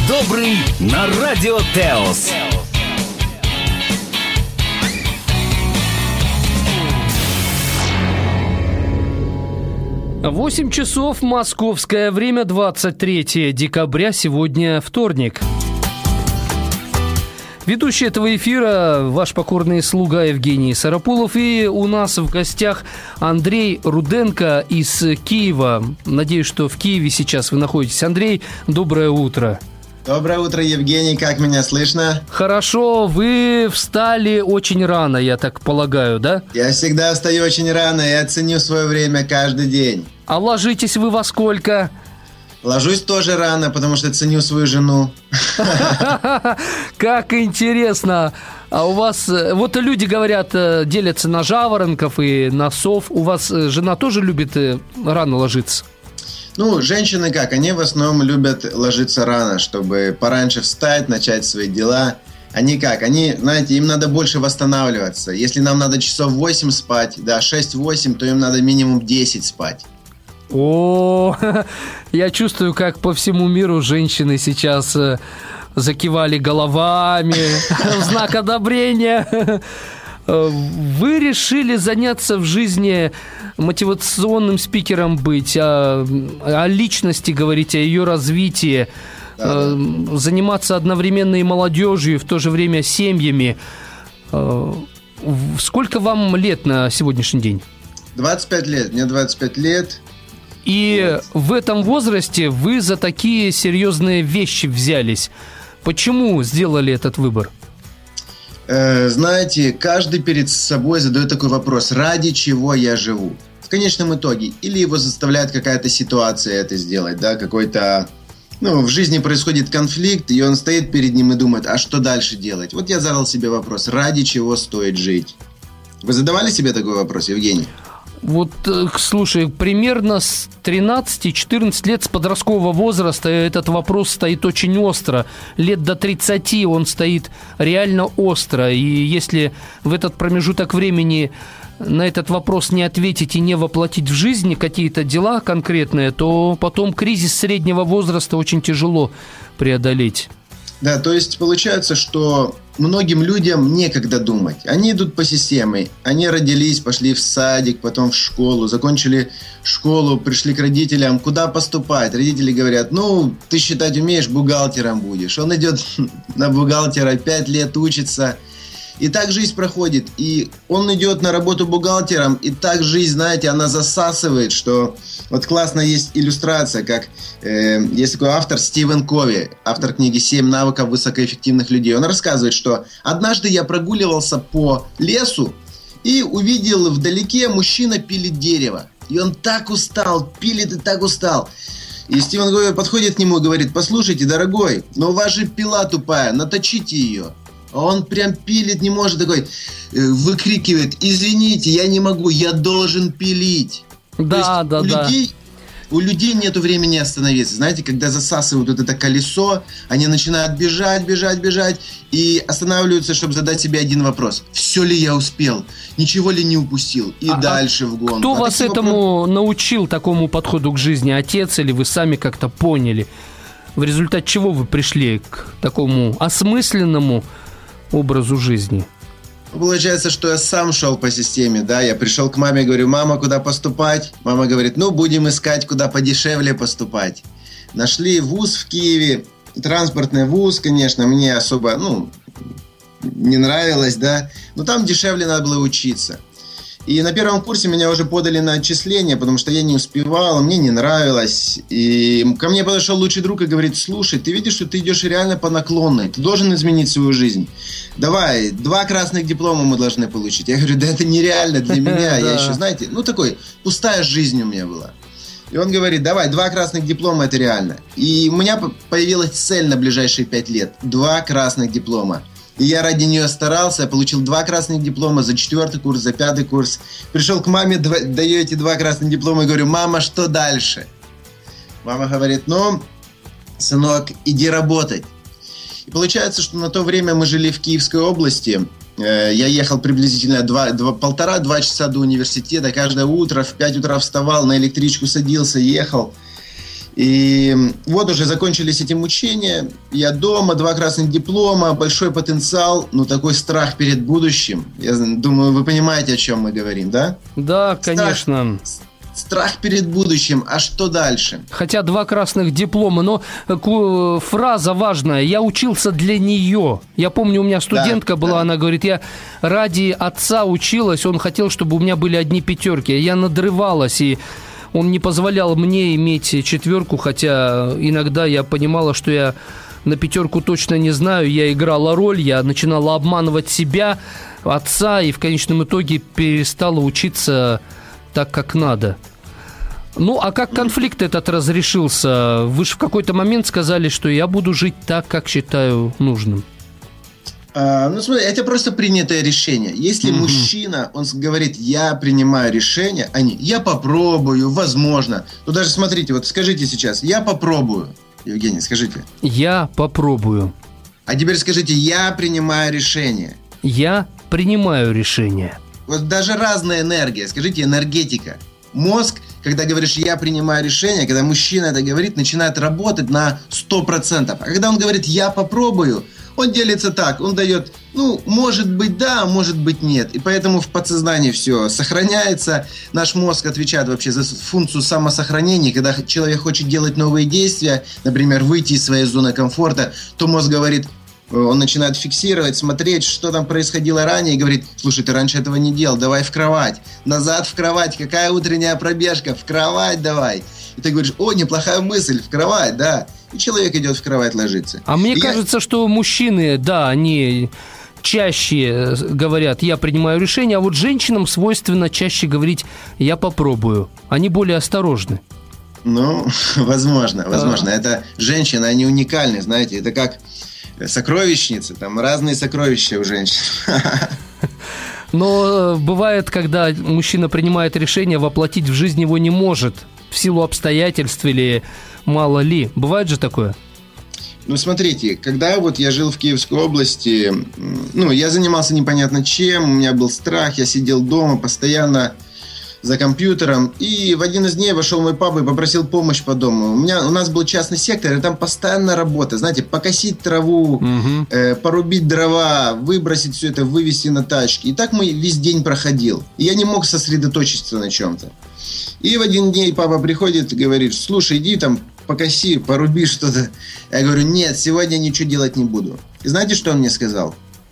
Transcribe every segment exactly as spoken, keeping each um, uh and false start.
добрый на Радио Теос. восемь часов московское время, двадцать третье декабря, сегодня вторник. Ведущий этого эфира ваш покорный слуга Евгений Сарапулов. И у нас в гостях Андрей Руденко из Киева. Надеюсь, что в Киеве сейчас вы находитесь. Андрей, доброе утро. Доброе утро, Евгений. Как меня слышно? Хорошо. Вы встали очень рано, я так полагаю, да? Я всегда встаю очень рано. Я ценю свое время каждый день. А ложитесь вы во сколько? Ложусь тоже рано, потому что ценю свою жену. Как интересно. А у вас, вот люди говорят, делятся на жаворонков и на сов. У вас жена тоже любит рано ложиться? Ну, женщины как? Они в основном любят ложиться рано, чтобы пораньше встать, начать свои дела. Они как? Они, знаете, им надо больше восстанавливаться. Если нам надо часов восемь спать, да, шесть-восемь, то им надо минимум десять спать. О, я чувствую, как по всему миру женщины сейчас закивали головами в знак одобрения. Вы решили заняться в жизни мотивационным спикером быть, о, о личности говорить, о ее развитии, да, да. Заниматься одновременно и молодежью, и в то же время семьями. Сколько вам лет на сегодняшний день? двадцать пять лет, мне двадцать пять лет. И в этом возрасте вы за такие серьезные вещи взялись. Почему сделали этот выбор? Э, знаете, каждый перед собой задает такой вопрос: ради чего я живу? В конечном итоге, или его заставляет какая-то ситуация это сделать, да, какой-то, ну, в жизни происходит конфликт, и он стоит перед ним и думает, а что дальше делать? Вот я задал себе вопрос: ради чего стоит жить? Вы задавали себе такой вопрос, Евгений? Вот, слушай, примерно с тринадцати-четырнадцати лет, с подросткового возраста, этот вопрос стоит очень остро. Лет до тридцати он стоит реально остро. И если в этот промежуток времени на этот вопрос не ответить и не воплотить в жизнь какие-то дела конкретные, то потом кризис среднего возраста очень тяжело преодолеть. Да, то есть получается, что многим людям некогда думать. Они идут по системе. Они родились, пошли в садик, потом в школу, закончили школу, пришли к родителям. Куда поступать? Родители говорят: ну, ты считать умеешь, бухгалтером будешь. Он идет на бухгалтера, пять лет учится. И так жизнь проходит. И он идет на работу бухгалтером, и так жизнь, знаете, она засасывает, что... Вот классно есть иллюстрация, как э, есть такой автор Стивен Кови, автор книги «Семь навыков высокоэффективных людей». Он рассказывает, что однажды я прогуливался по лесу и увидел вдалеке мужчина пилит дерево. И он так устал, пилит и так устал. И Стивен Кови подходит к нему и говорит: послушайте, дорогой, но у вас же пила тупая, наточите ее. А он прям пилит, не может, такой, выкрикивает: извините, я не могу, я должен пилить. Да, да, у да. Людей, у людей нету времени остановиться. Знаете, когда засасывают вот это колесо, они начинают бежать, бежать, бежать и останавливаются, чтобы задать себе один вопрос: все ли я успел? Ничего ли не упустил? И а дальше в гонку. Кто а вас этому вопрос... научил, такому подходу к жизни? Отец или вы сами как-то поняли? В результате чего вы пришли к такому осмысленному образу жизни? Получается, что я сам шел по системе, да, я пришел к маме, говорю: мама, куда поступать? Мама говорит: ну, будем искать, куда подешевле поступать. Нашли вуз в Киеве, транспортный вуз, конечно, мне особо, ну, не нравилось, да, но там дешевле надо было учиться. И на первом курсе меня уже подали на отчисление, потому что я не успевал, мне не нравилось. И ко мне подошел лучший друг и говорит: слушай, ты видишь, что ты идешь реально по наклонной, ты должен изменить свою жизнь. Давай, два красных диплома мы должны получить. Я говорю: да это нереально для меня. Я еще, знаете, ну такой, пустая жизнь у меня была. И он говорит: давай, два красных диплома, это реально. И у меня появилась цель на ближайшие пять лет. Два красных диплома. И я ради нее старался, я получил два красных диплома за четвертый курс, за пятый курс. Пришел к маме, даю эти два красных диплома и говорю: мама, что дальше? Мама говорит: ну, сынок, иди работать. И получается, что на то время мы жили в Киевской области. Я ехал приблизительно полтора-два часа до университета. Каждое утро в пять утра вставал, на электричку садился, ехал. И вот уже закончились эти мучения. Я дома, два красных диплома, большой потенциал, ну такой страх перед будущим. Я думаю, вы понимаете, о чем мы говорим, да? Да, конечно. Страх, страх перед будущим. А что дальше? Хотя два красных диплома, но фраза важная. Я учился для нее. Я помню, у меня студентка да, была, да. Она говорит, я ради отца училась, он хотел, чтобы у меня были одни пятерки. Я надрывалась, и он не позволял мне иметь четверку, хотя иногда я понимала, что я на пятерку точно не знаю. Я играла роль, я начинала обманывать себя, отца, и в конечном итоге перестала учиться так, как надо. Ну, а как конфликт этот разрешился? Вы же в какой-то момент сказали, что я буду жить так, как считаю нужным. А, ну, смотри, это просто принятое решение. Если mm-hmm. мужчина, он говорит, я принимаю решение, а не я попробую, возможно. То даже смотрите, вот скажите сейчас, я попробую. Евгений, скажите. Я попробую. А теперь скажите, я принимаю решение. Я принимаю решение. Вот даже разная энергия, скажите, энергетика. Мозг, когда говоришь «я принимаю решение», когда мужчина это говорит, начинает работать на сто процентов. А когда он говорит «я попробую», он делится так, он дает, ну, может быть да, может быть нет. И поэтому в подсознании все сохраняется. Наш мозг отвечает вообще за функцию самосохранения. Когда человек хочет делать новые действия, например, выйти из своей зоны комфорта, то мозг говорит, он начинает фиксировать, смотреть, что там происходило ранее, и говорит, слушай, ты раньше этого не делал, давай в кровать. Назад в кровать, какая утренняя пробежка, в кровать давай. И ты говоришь, о, неплохая мысль, в кровать, да. И человек идет в кровать ложиться. А мне и кажется, я... что мужчины, да, они чаще говорят, я принимаю решение, а вот женщинам свойственно чаще говорить, я попробую. Они более осторожны. Ну, возможно, возможно. А... Это женщины, они уникальны, знаете, это как сокровищницы, там разные сокровища у женщин. Но бывает, когда мужчина принимает решение, воплотить в жизнь его не может в силу обстоятельств или мало ли. Бывает же такое? Ну, смотрите, когда вот я жил в Киевской области, ну, я занимался непонятно чем, у меня был страх, я сидел дома постоянно за компьютером, и в один из дней вошел мой папа и попросил помощь по дому. У меня, у нас был частный сектор, и там постоянно работа, знаете, покосить траву, угу. э, порубить дрова, выбросить все это, вывести на тачки. И так мой весь день проходил. И я не мог сосредоточиться на чем-то. И в один день папа приходит и говорит, слушай, иди там покоси, поруби что-то. Я говорю, нет, сегодня ничего делать не буду. И знаете, что он мне сказал?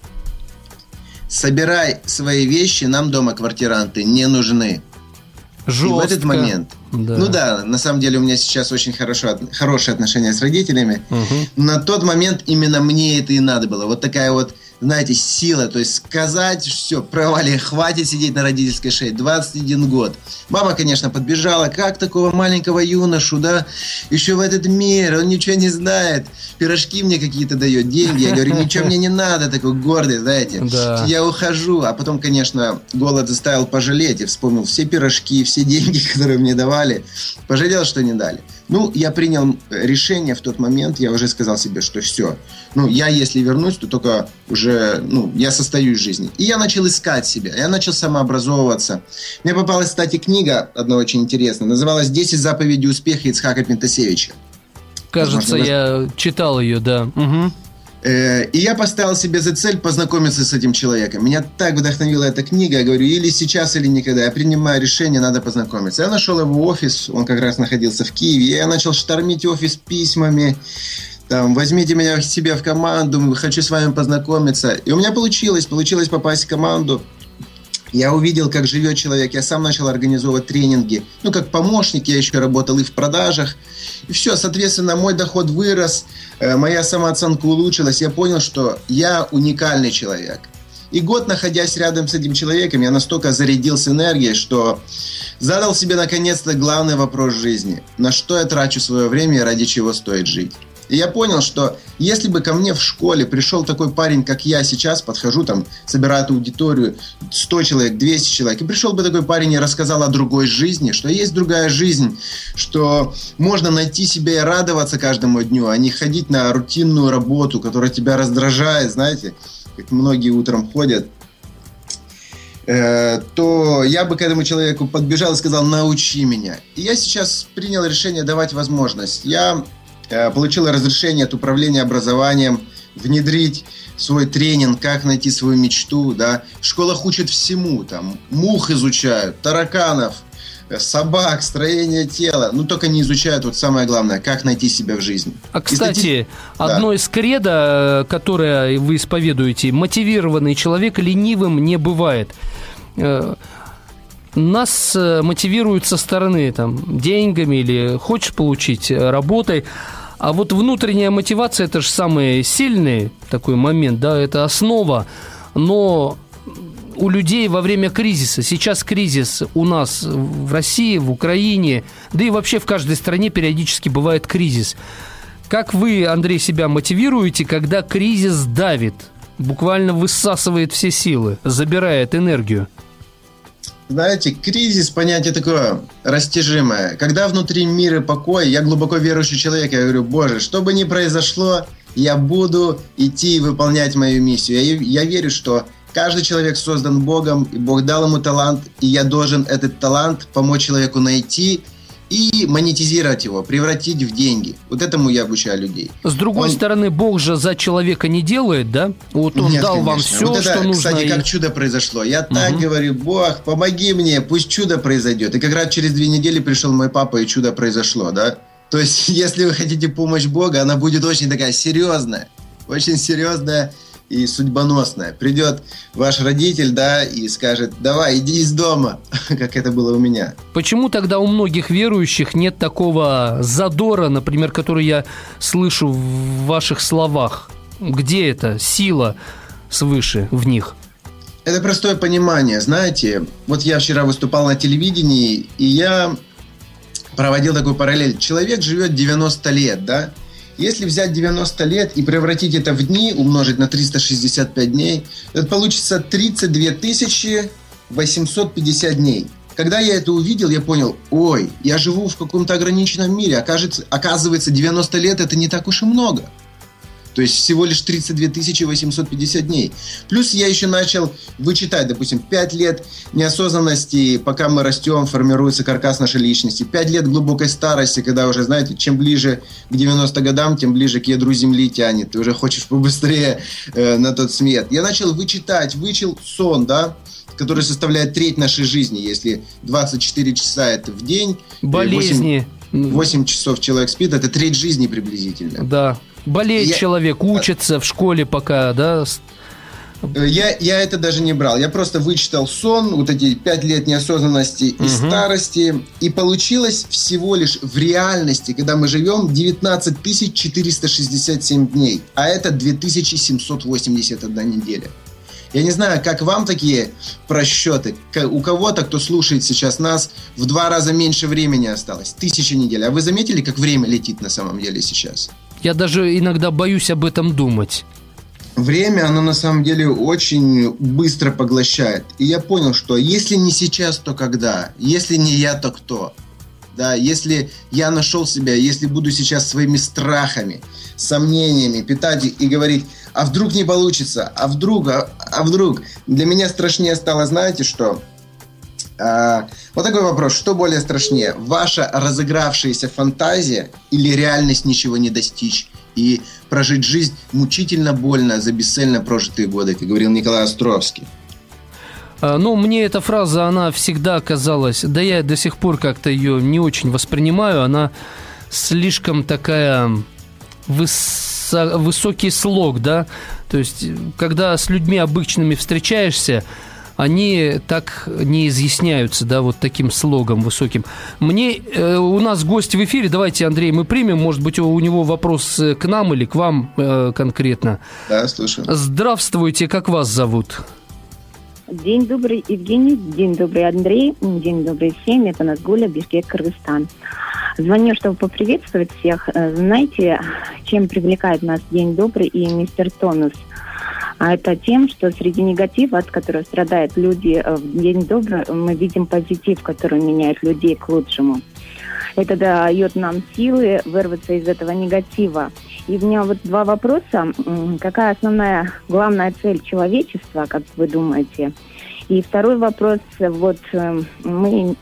Собирай свои вещи, нам дома квартиранты не нужны. Жестко. И в этот момент, да. ну да, на самом деле у меня сейчас очень хорошо, хорошие отношения с родителями. Угу. На тот момент именно мне это и надо было. Вот такая вот, знаете, сила. То есть сказать, все, провали, хватит сидеть на родительской шее. двадцать один год. Мама, конечно, подбежала. Как такого маленького юношу, да? Еще в этот мир, он ничего не знает. Пирожки мне какие-то дает, деньги. Я говорю, ничего мне не надо. Такой гордый, знаете. Да. Я ухожу. А потом, конечно, голод заставил пожалеть. Я вспомнил все пирожки, все деньги, которые мне давали. Пожалел, что не дали. Ну, я принял решение в тот момент. Я уже сказал себе, что все. Ну, я если вернусь, то только уже, ну, я состоюсь в жизни. И я начал искать себя. Я начал самообразовываться. Мне попалась, кстати, книга одна очень интересная. Называлась «десять заповедей успеха» Ицхака Пентасевича. Кажется, Возможно, я читал ее, да. Угу. И я поставил себе за цель познакомиться с этим человеком. Меня так вдохновила эта книга. Я говорю, или сейчас, или никогда. Я принимаю решение, надо познакомиться. Я нашел его офис, он как раз находился в Киеве. Я начал штормить офис письмами. Там, возьмите меня к себе в команду, хочу с вами познакомиться. И у меня получилось, получилось попасть в команду. Я увидел, как живет человек. Я сам начал организовывать тренинги. Ну, как помощник, я еще работал и в продажах. И все, соответственно, мой доход вырос, моя самооценка улучшилась. Я понял, что я уникальный человек. И год, находясь рядом с этим человеком, я настолько зарядился энергией, что задал себе наконец-то главный вопрос жизни. На что я трачу свое время и ради чего стоит жить? И я понял, что если бы ко мне в школе пришел такой парень, как я сейчас, подхожу, там, собираю эту аудиторию, сто человек, двести человек, и пришел бы такой парень и рассказал о другой жизни, что есть другая жизнь, что можно найти себя и радоваться каждому дню, а не ходить на рутинную работу, которая тебя раздражает, знаете, как многие утром ходят. э, то я бы к этому человеку подбежал и сказал: научи меня. И я сейчас принял решение давать возможность. Я э, получил разрешение от управления образованием внедрить свой тренинг, как найти свою мечту, да. В школах учат всему, там, мух изучают, тараканов, собак, строение тела. Ну, только не изучают вот самое главное, как найти себя в жизни. А, кстати, стати... одно да. из кредо, которое вы исповедуете: мотивированный человек ленивым не бывает. Нас мотивируют со стороны, там, деньгами или хочешь получить работой. А вот внутренняя мотивация – это же самый сильный такой момент, да, это основа. Но у людей во время кризиса, сейчас кризис у нас в России, в Украине, да и вообще в каждой стране периодически бывает кризис. Как вы, Андрей, себя мотивируете, когда кризис давит, буквально высасывает все силы, забирает энергию? Знаете, кризис — понятие такое растяжимое. Когда внутри мир и покой, я глубоко верующий человек, я говорю: Боже, что бы ни произошло, я буду идти и выполнять мою миссию. Я, я верю, что каждый человек создан Богом, и Бог дал ему талант, и я должен этот талант помочь человеку найти и монетизировать его, превратить в деньги. Вот этому я обучаю людей. С другой он... стороны, Бог же за человека не делает, да? Вот он Нет, дал конечно. вам все, вот это, что нужно. Кстати, и... как чудо произошло. Я угу. так говорю: Бог, помоги мне, пусть чудо произойдет. И как раз через две недели пришел мой папа, и чудо произошло, да? То есть, если вы хотите помощь Бога, она будет очень такая серьезная, очень серьезная и судьбоносная. Придет ваш родитель, да, и скажет: давай, иди из дома, как это было у меня. Почему тогда у многих верующих нет такого задора, например, который я слышу в ваших словах? Где эта сила свыше в них? Это простое понимание. Знаете, вот я вчера выступал на телевидении, и я проводил такую параллель. Человек живет девяносто лет, да? Если взять девяносто лет и превратить это в дни, умножить на триста шестьдесят пять дней, это получится тридцать две тысячи восемьсот пятьдесят дней. Когда я это увидел, я понял: ой, я живу в каком-то ограниченном мире. Окажется, оказывается, девяносто лет – это не так уж и много. То есть всего лишь тридцать две тысячи восемьсот пятьдесят дней. Плюс я еще начал вычитать, допустим, пять лет неосознанности, пока мы растем, формируется каркас нашей личности. пять лет глубокой старости, когда уже, знаете, чем ближе к девяностым годам, тем ближе к ядру земли тянет. Ты уже хочешь побыстрее э, на тот свет. Я начал вычитать, вычел сон, да, который составляет треть нашей жизни. Если двадцать четыре часа это в день, болезни, восемь, восемь часов человек спит, это треть жизни приблизительно. Да. Болеет я... человек, учится в школе пока, да? Я, я это даже не брал. Я просто вычитал сон, вот эти пять лет неосознанности и угу. старости. И получилось всего лишь в реальности, когда мы живем, девятнадцать тысяч четыреста шестьдесят семь дней. А это две тысячи семьсот восемьдесят одна неделя. Я не знаю, как вам такие просчеты. У кого-то, кто слушает сейчас нас, в два раза меньше времени осталось. Тысяча недель. А вы заметили, как время летит на самом деле сейчас? Я даже иногда боюсь об этом думать. Время, оно на самом деле очень быстро поглощает. И я понял, что если не сейчас, то когда? Если не я, то кто? Да, если я нашел себя, если буду сейчас своими страхами, сомнениями питать и говорить: а вдруг не получится, а вдруг, а, а вдруг. Для меня страшнее стало, знаете что? А, вот такой вопрос: что более страшнее? Ваша разыгравшаяся фантазия или реальность ничего не достичь и прожить жизнь мучительно больно за бесцельно прожитые годы, как говорил Николай Островский? Ну, мне эта фраза, она всегда казалась, да я до сих пор как-то ее не очень воспринимаю, она слишком такая высо- высокий слог, да, то есть, когда с людьми обычными встречаешься, они так не изъясняются, да, вот таким слогом высоким. Мне, э, у нас гость в эфире, давайте, Андрей, мы примем, может быть, у, у него вопрос к нам или к вам э, конкретно. Да, слушаю. Здравствуйте, как вас зовут? День добрый, Евгений. День добрый, Андрей. День добрый всем. Это Назгуля, Бишкек, Кыргызстан. Звоню, чтобы поприветствовать всех. Знаете, чем привлекает нас День добрый и мистер Тонус? А это тем, что среди негатива, от которого страдают люди в День добрый, мы видим позитив, который меняет людей к лучшему. Это дает нам силы вырваться из этого негатива. И у меня вот два вопроса. Какая основная, главная цель человечества, как вы думаете? И второй вопрос, вот э, мы...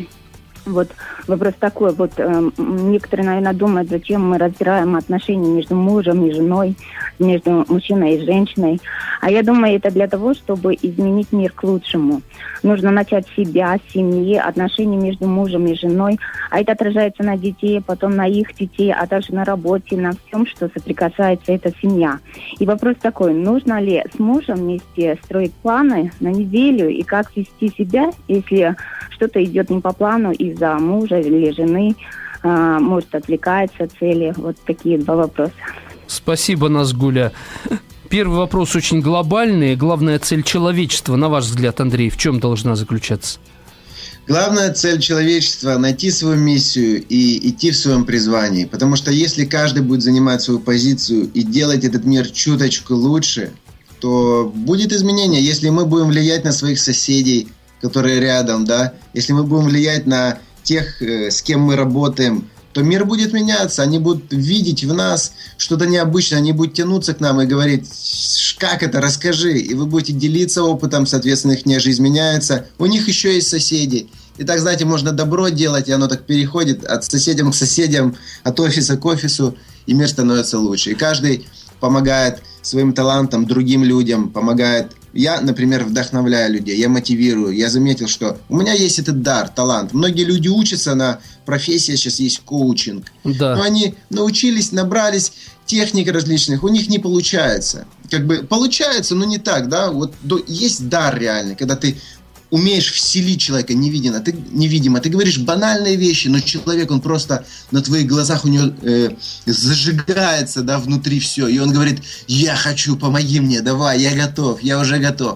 Вот вопрос такой, вот э, некоторые, наверное, думают, зачем мы разбираем отношения между мужем и женой, между мужчиной и женщиной. А я думаю, это для того, чтобы изменить мир к лучшему. Нужно начать с себя, с семьи, отношения между мужем и женой. А это отражается на детей, потом на их детей, а также на работе, на всем, что соприкасается эта семья. И вопрос такой, нужно ли с мужем вместе строить планы на неделю и как вести себя, если что-то идет не по плану из-за мужа или жены, а, может, отвлекается от цели. Вот такие два вопроса. Спасибо, Назгуля. Первый вопрос очень глобальный. Главная цель человечества, на ваш взгляд, Андрей, в чем должна заключаться? Главная цель человечества – найти свою миссию и идти в своем призвании. Потому что если каждый будет занимать свою позицию и делать этот мир чуточку лучше, то будет изменение. Если мы будем влиять на своих соседей, которые рядом, да, если мы будем влиять на тех, с кем мы работаем, то мир будет меняться, они будут видеть в нас что-то необычное, они будут тянуться к нам и говорить, как это, расскажи, и вы будете делиться опытом, соответственно, их жизнь меняется, у них еще есть соседи. И так, знаете, можно добро делать, и оно так переходит от соседям к соседям, от офиса к офису, и мир становится лучше. И каждый помогает своим талантом другим людям, помогает. Я, например, вдохновляю людей, я мотивирую. Я заметил, что у меня есть этот дар, талант. Многие люди учатся на профессии, сейчас есть коучинг. Да. Но они научились, набрались техник различных, у них не получается. Как бы получается, но не так, да. Вот есть дар реальный, когда ты умеешь вселить человека невидимо, ты, невидимо. Ты говоришь банальные вещи, но человек, он просто на твоих глазах у него э, зажигается, да, внутри все. И он говорит, я хочу, помоги мне, давай, я готов, я уже готов.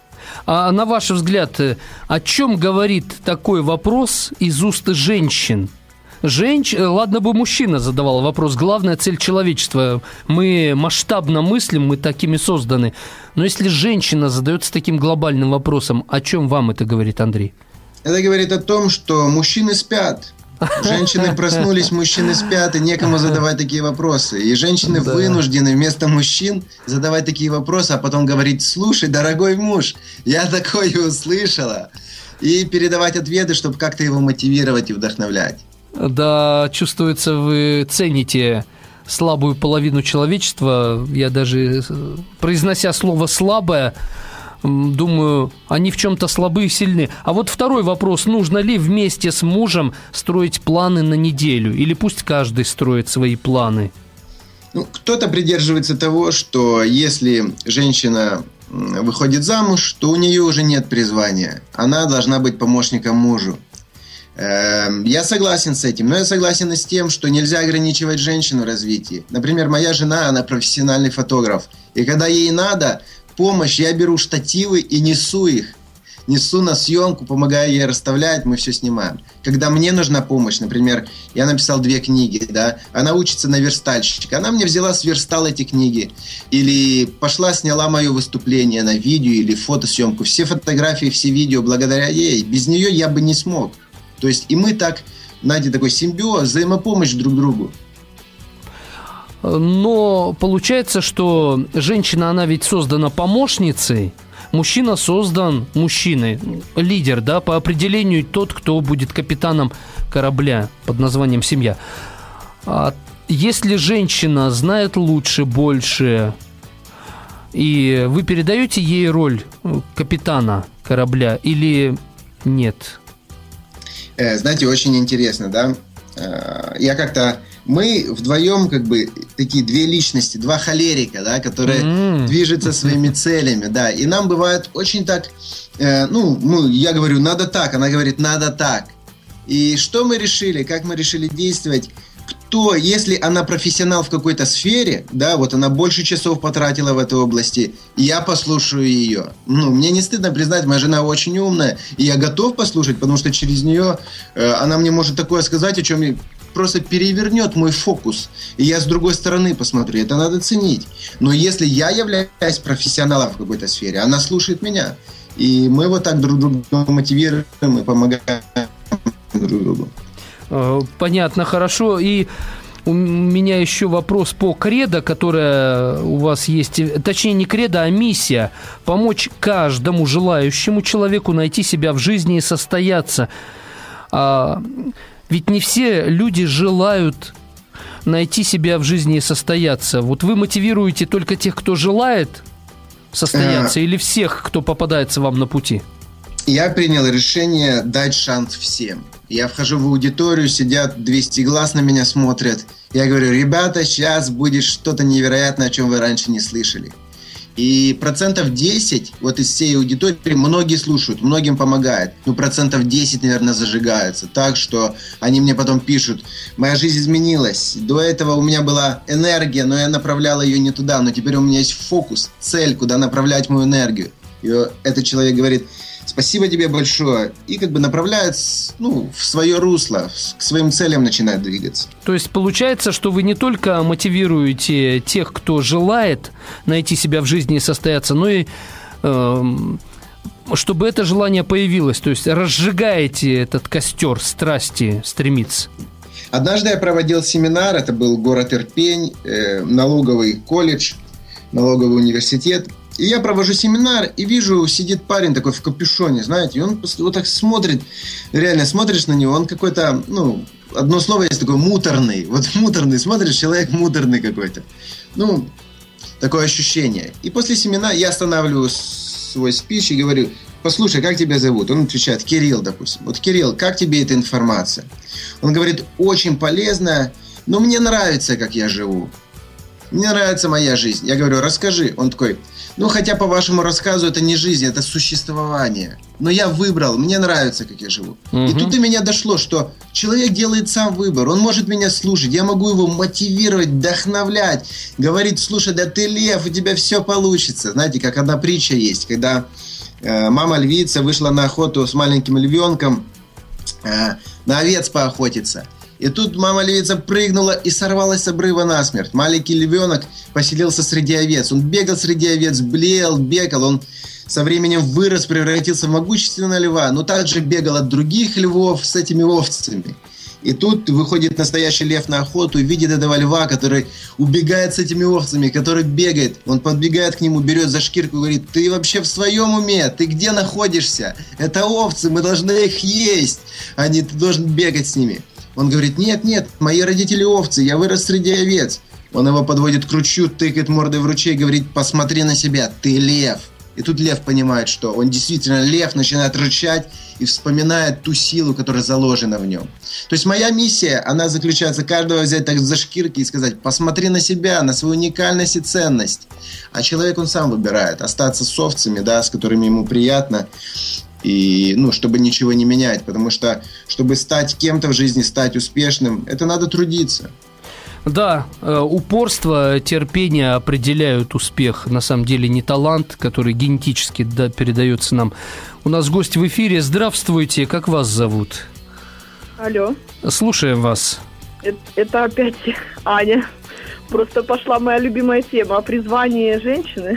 А на ваш взгляд, о чем говорит такой вопрос из уст женщин? Женщ... Ладно бы мужчина задавал вопрос. Главная цель человечества. Мы масштабно мыслим, мы такими созданы. Но если женщина задается таким глобальным вопросом, о чем вам это говорит, Андрей? Это говорит о том, что мужчины спят. Женщины проснулись, мужчины спят, и некому задавать такие вопросы. И женщины да. вынуждены вместо мужчин задавать такие вопросы, а потом говорить, слушай, дорогой муж, я такое услышала. И передавать ответы, чтобы как-то его мотивировать и вдохновлять. Да, чувствуется, вы цените слабую половину человечества. Я даже, произнося слово «слабое», думаю, они в чем-то слабы и сильны. А вот второй вопрос. Нужно ли вместе с мужем строить планы на неделю? Или пусть каждый строит свои планы? Ну, кто-то придерживается того, что если женщина выходит замуж, то у нее уже нет призвания. Она должна быть помощником мужу. Я согласен с этим, но я согласен и с тем, что нельзя ограничивать женщину в развитии. Например, моя жена, она профессиональный фотограф. И когда ей надо помощь, я беру штативы и несу их. Несу на съемку, помогаю ей расставлять, мы все снимаем. Когда мне нужна помощь, например, я написал две книги, да, она учится на верстальщика, она мне взяла, сверстала эти книги. Или пошла, сняла мое выступление на видео или фотосъемку. Все фотографии, все видео благодаря ей. Без нее я бы не смог. То есть и мы так, знаете, такой симбиоз, взаимопомощь друг другу. Но получается, что женщина, она ведь создана помощницей, мужчина создан мужчиной, лидер, да, по определению тот, кто будет капитаном корабля под названием «Семья». А если женщина знает лучше, больше, и вы передаете ей роль капитана корабля или нет? Знаете, очень интересно, да? Я как-то... Мы вдвоем как бы такие две личности, два холерика, да, которые mm. движутся своими целями, да. И нам бывает очень так... Э, ну, мы, я говорю, надо так, она говорит, надо так. И что мы решили, как мы решили действовать? Кто, если она профессионал в какой-то сфере, да, вот она больше часов потратила в этой области, я послушаю ее. Ну, мне не стыдно признать, моя жена очень умная, и я готов послушать, потому что через нее э, она мне может такое сказать, о чем я просто перевернет мой фокус, и я с другой стороны посмотрю, это надо ценить. Но если я являюсь профессионалом в какой-то сфере, она слушает меня, и мы вот так друг друга мотивируем и помогаем друг другу. Понятно, хорошо. И у меня еще вопрос по кредо, которая у вас есть. Точнее, не кредо, а миссия. Помочь каждому желающему человеку найти себя в жизни и состояться. А, ведь не все люди желают найти себя в жизни и состояться. Вот вы мотивируете только тех, кто желает состояться, или всех, кто попадается вам на пути? Я принял решение дать шанс всем. Я вхожу в аудиторию, сидят двести глаз на меня смотрят. Я говорю: ребята, сейчас будет что-то невероятное, о чем вы раньше не слышали. И процентов десять вот из всей аудитории многие слушают, многим помогает. Ну, процентов десять, наверное, зажигаются. Так что они мне потом пишут: моя жизнь изменилась. До этого у меня была энергия, но я направлял ее не туда. Но теперь у меня есть фокус, цель, куда направлять мою энергию. И этот человек говорит: спасибо тебе большое. И как бы направляет, ну, в свое русло, к своим целям начинает двигаться. То есть получается, что вы не только мотивируете тех, кто желает найти себя в жизни и состояться, но и э, чтобы это желание появилось. То есть разжигаете этот костер страсти стремиться. Однажды я проводил семинар, это был город Ирпень, э, налоговый колледж, налоговый университет. И я провожу семинар, и вижу, сидит парень такой в капюшоне, знаете, и он вот так смотрит, реально смотришь на него, он какой-то, ну, одно слово есть такое, муторный. Вот муторный, смотришь, человек муторный какой-то. Ну, такое ощущение. И после семинара я останавливаю свой спич и говорю: послушай, как тебя зовут? Он отвечает: Кирилл, допустим. Вот, Кирилл, как тебе эта информация? Он говорит: очень полезная, но мне нравится, как я живу. Мне нравится моя жизнь. Я говорю: расскажи. Он такой: ну, хотя по вашему рассказу это не жизнь, это существование. Но я выбрал, мне нравится, как я живу. Угу. И тут до меня дошло, что человек делает сам выбор. Он может меня слушать, я могу его мотивировать, вдохновлять. Говорит: слушай, да ты лев, у тебя все получится. Знаете, как одна притча есть, когда э, мама львица вышла на охоту с маленьким львенком э, на овец поохотиться. И тут мама львица прыгнула и сорвалась с обрыва насмерть. Маленький львенок поселился среди овец. Он бегал среди овец, блеял, бегал. Он со временем вырос, превратился в могущественного льва, но также бегал от других львов с этими овцами. И тут выходит настоящий лев на охоту и видит этого льва, который убегает с этими овцами, который бегает. Он подбегает к нему, берет за шкирку и говорит: ты вообще в своем уме? Ты где находишься? Это овцы, мы должны их есть, а не ты должен бегать с ними. Он говорит: нет, нет, мои родители овцы, я вырос среди овец. Он его подводит к ручью, тыкает мордой в ручей и говорит: посмотри на себя, ты лев. И тут лев понимает, что он действительно лев, начинает рычать и вспоминает ту силу, которая заложена в нем. То есть моя миссия, она заключается каждого взять так за шкирки и сказать: посмотри на себя, на свою уникальность и ценность. А человек, он сам выбирает остаться с овцами, да, с которыми ему приятно. И, ну, чтобы ничего не менять, потому что, чтобы стать кем-то в жизни, стать успешным, это надо трудиться. Да, упорство, терпение определяют успех. На самом деле не талант, который генетически, да, передается нам. У нас гость в эфире. Здравствуйте, как вас зовут? Алло. Слушаем вас. Это, это опять Аня. Просто пошла моя любимая тема о призвании женщины.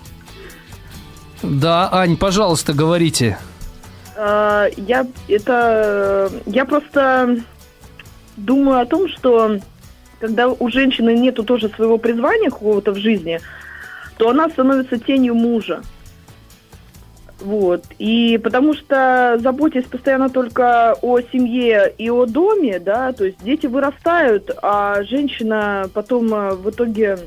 Да, Ань, пожалуйста, говорите. Я, это, я просто думаю о том, что когда у женщины нету тоже своего призвания какого-то в жизни, то она становится тенью мужа. Вот. И потому что, заботясь постоянно только о семье и о доме, да, то есть дети вырастают, а женщина потом в итоге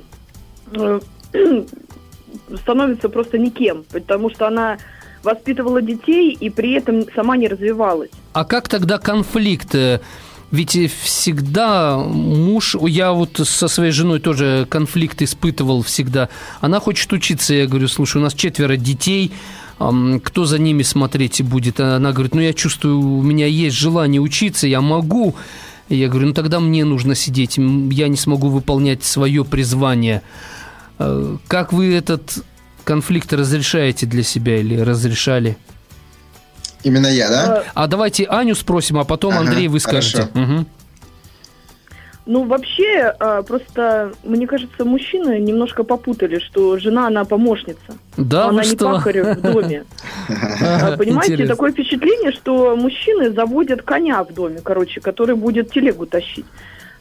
становится просто никем, потому что она воспитывала детей и при этом сама не развивалась. А как тогда конфликт? Ведь всегда муж... Я вот со своей женой тоже конфликт испытывал всегда. Она хочет учиться. Я говорю: слушай, у нас четверо детей, кто за ними смотреть будет? Она говорит: ну я чувствую, у меня есть желание учиться, я могу. И я говорю: ну тогда мне нужно сидеть, я не смогу выполнять свое призвание. Как вы этот конфликт разрешаете для себя или разрешали? Именно я, да? А давайте Аню спросим, а потом, ага, Андрей, вы скажете. Угу. Ну, вообще, просто, мне кажется, мужчины немножко попутали, что жена, она помощница. Да, она вы не что? пахарь в доме. Понимаете, Интересно. Такое впечатление, что мужчины заводят коня в доме, короче, который будет телегу тащить.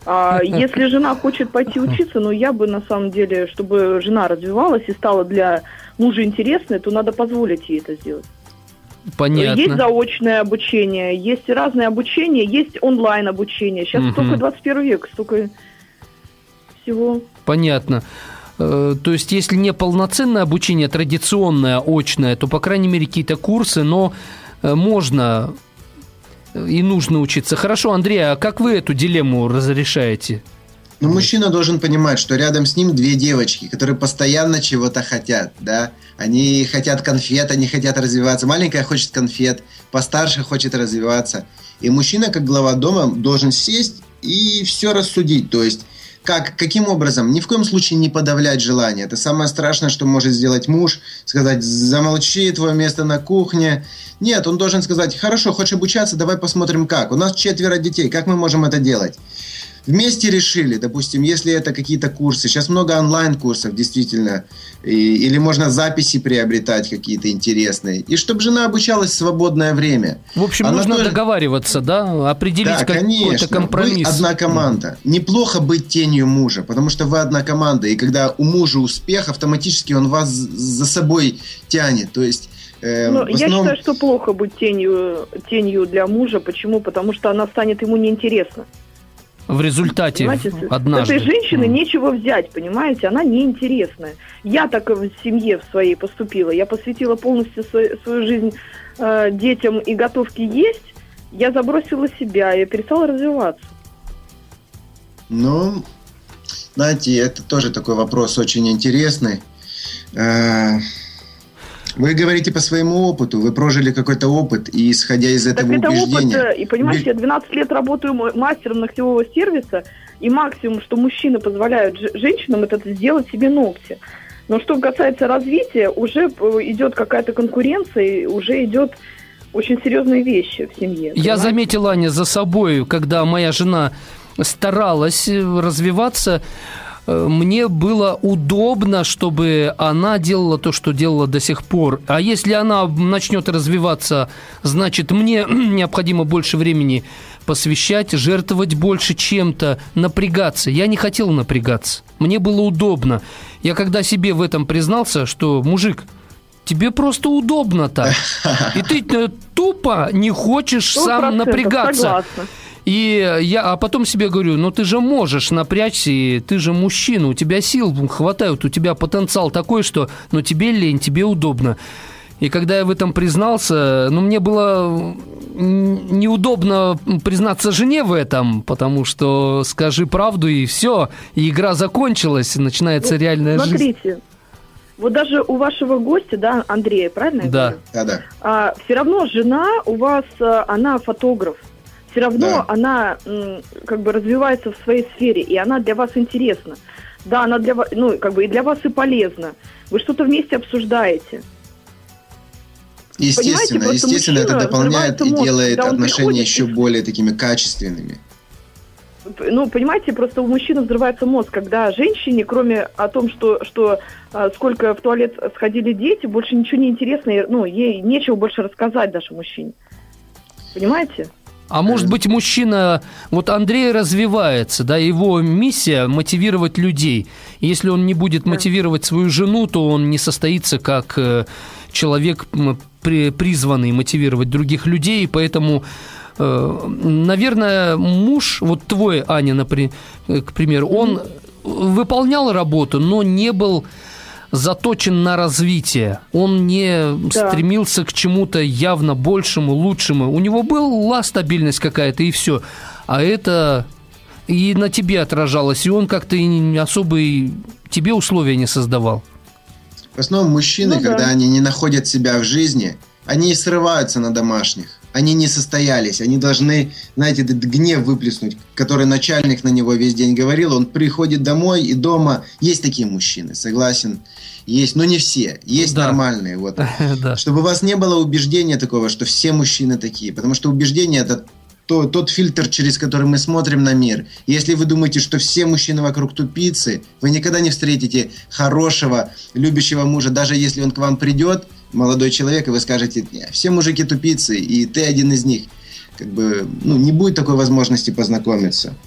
А если жена хочет пойти учиться, ну, я бы, на самом деле, чтобы жена развивалась и стала для мужа интересной, то надо позволить ей это сделать. Понятно. Есть заочное обучение, есть разное обучение, есть онлайн-обучение. Сейчас угу. только двадцать первый век, столько всего. Понятно. То есть, если не полноценное обучение, традиционное, очное, то, по крайней мере, какие-то курсы, но можно и нужно учиться. Хорошо, Андрей, а как вы эту дилемму разрешаете? Ну, мужчина должен понимать, что рядом с ним две девочки, которые постоянно чего-то хотят, да. Они хотят конфет, они хотят развиваться. Маленькая хочет конфет, постарше хочет развиваться. И мужчина, как глава дома, должен сесть и все рассудить. То есть, как, каким образом? Ни в коем случае не подавлять желание. Это самое страшное, что может сделать муж. Сказать: замолчи, твое место на кухне. Нет, он должен сказать: хорошо, хочешь обучаться, давай посмотрим как. У нас четверо детей, как мы можем это делать? Вместе решили, допустим, если это какие-то курсы. Сейчас много онлайн-курсов, действительно. И, или можно записи приобретать какие-то интересные. И чтобы жена обучалась в свободное время. В общем, Она нужно тоже... договариваться, да? Определить да, какой-то конечно. компромисс. Вы одна команда. Неплохо быть тенью мужа, потому что вы одна команда. И когда у мужа успех, автоматически он вас за собой тянет. То есть... Э, ну, основном... Я считаю, что плохо быть тенью, тенью для мужа. Почему? Потому что она станет ему неинтересна. В результате понимаете, однажды. С этой женщины mm. нечего взять, понимаете? Она неинтересная. Я так в семье в своей поступила. Я посвятила полностью свою, свою жизнь э, детям и готовке есть. Я забросила себя и перестала развиваться. Ну, знаете, это тоже такой вопрос очень интересный. Э- Вы говорите по своему опыту, вы прожили какой-то опыт, и исходя из этого так это убеждения... Опыт, и понимаете, я двенадцать лет работаю мастером ногтевого сервиса, и максимум, что мужчины позволяют ж- женщинам, это сделать себе ногти. Но что касается развития, уже идет какая-то конкуренция, и уже идет очень серьезные вещи в семье. Я понимаете? Заметил, Аня, за собой, когда моя жена старалась развиваться, мне было удобно, чтобы она делала то, что делала до сих пор. А если она начнет развиваться, значит, мне необходимо больше времени посвящать, жертвовать больше чем-то, напрягаться. Я не хотел напрягаться. Мне было удобно. Я когда себе в этом признался, что, мужик, тебе просто удобно так. И ты тупо не хочешь сам напрягаться. Согласна. И я, а потом себе говорю, ну ты же можешь напрячься, и ты же мужчина, у тебя сил хватает, у тебя потенциал такой, что ну тебе лень, тебе удобно. И когда я в этом признался, ну мне было неудобно признаться жене в этом, потому что скажи правду и все, и игра закончилась, и начинается ну, реальная смотрите, жизнь. Смотрите, вот даже у вашего гостя, да, Андрея, правильно я да. говорю? Да, да. А, все равно жена у вас, она фотограф. Все равно да. она м, как бы развивается в своей сфере, и она для вас интересна. Да, она для вас, ну, как бы и для вас и полезна. Вы что-то вместе обсуждаете. Естественно, естественно, это дополняет и делает отношения еще и... более такими качественными. Ну, понимаете, просто у мужчины взрывается мозг, когда женщине, кроме о том, что, что а, сколько в туалет сходили дети, больше ничего не интересно, ну, ей нечего больше рассказать даже мужчине. Понимаете? А может быть, мужчина, вот Андрей развивается, да, его миссия мотивировать людей. И если он не будет мотивировать свою жену, то он не состоится как э, человек, при, призванный мотивировать других людей. Поэтому, э, наверное, муж, вот твой, Аня, например, к примеру, он выполнял работу, но не был заточен на развитие. Он не да. стремился к чему-то явно большему, лучшему. У него была стабильность какая-то, и все. А это и на тебе отражалось, и он как-то и особо и тебе условия не создавал. В основном мужчины, ну, когда да. они не находят себя в жизни, они срываются на домашних. Они не состоялись. Они должны, знаете, этот гнев выплеснуть, который начальник на него весь день говорил. Он приходит домой, и дома есть такие мужчины, согласен. Есть, но не все. Есть да. нормальные. Вот. да. Чтобы у вас не было убеждения такого, что все мужчины такие. Потому что убеждение – это то, тот фильтр, через который мы смотрим на мир. Если вы думаете, что все мужчины вокруг тупицы, вы никогда не встретите хорошего, любящего мужа, даже если он к вам придет, молодой человек, и вы скажете, все мужики тупицы, и ты один из них. Как бы, ну, не будет такой возможности познакомиться.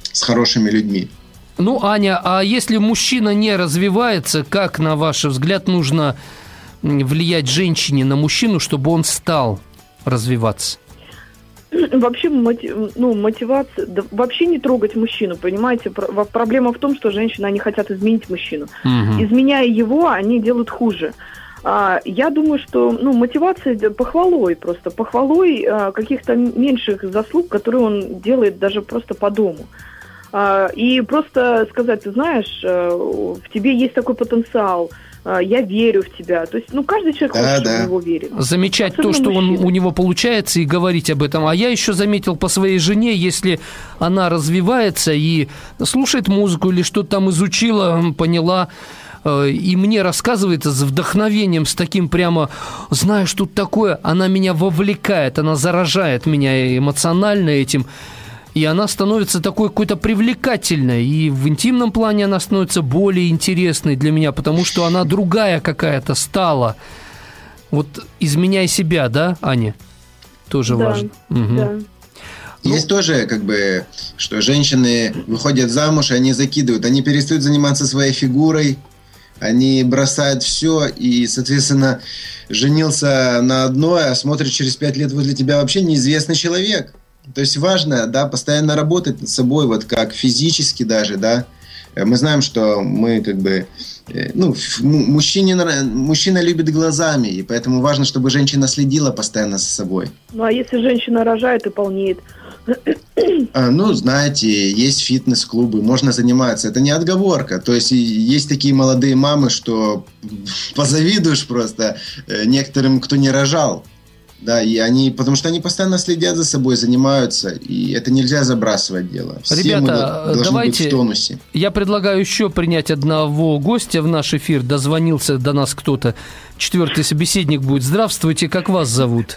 с хорошими людьми. Ну, Аня, а если мужчина не развивается, как, на ваш взгляд, нужно влиять женщине на мужчину, чтобы он стал развиваться? Вообще, мотив, ну, мотивация, да, вообще не трогать мужчину, понимаете? Про, проблема в том, что женщины, они хотят изменить мужчину. Угу. Изменяя его, они делают хуже. А, я думаю, что, ну, мотивация похвалой просто, похвалой а, каких-то меньших заслуг, которые он делает даже просто по дому. А, и просто сказать, ты знаешь, в тебе есть такой потенциал, я верю в тебя. То есть, ну, каждый человек да, хочет, да. чтобы в него верили. Замечать Особенно то, что он, мужчины. у него получается, и говорить об этом. А я еще заметил по своей жене, если она развивается и слушает музыку или что-то там изучила, поняла, и мне рассказывает с вдохновением, с таким прямо, знаешь, тут такое, она меня вовлекает, она заражает меня эмоционально этим. И она становится такой какой-то привлекательной. И в интимном плане она становится более интересной для меня, потому что она другая какая-то стала. Вот изменяй себя, да, Аня? Тоже да, важно. Угу. Да. Есть ну, тоже, как бы, что женщины выходят замуж, и они закидывают. Они перестают заниматься своей фигурой, они бросают все, и, соответственно, женился на одной, а смотрит через пять лет возле тебя вообще неизвестный человек. То есть важно, да, постоянно работать над собой, вот как физически даже, да. Мы знаем, что мы как бы, ну, мужчине, мужчина любит глазами, и поэтому важно, чтобы женщина следила постоянно за собой. Ну, а если женщина рожает и полнеет? А, ну, знаете, есть фитнес-клубы, можно заниматься. Это не отговорка. То есть есть такие молодые мамы, что позавидуешь просто некоторым, кто не рожал. Да, и они, потому что они постоянно следят за собой, занимаются, и это нельзя забрасывать дело. Все Ребята, мы должны давайте, быть в тонусе. Я предлагаю еще принять одного гостя в наш эфир. Дозвонился до нас кто-то. Четвертый собеседник будет. Здравствуйте, как вас зовут?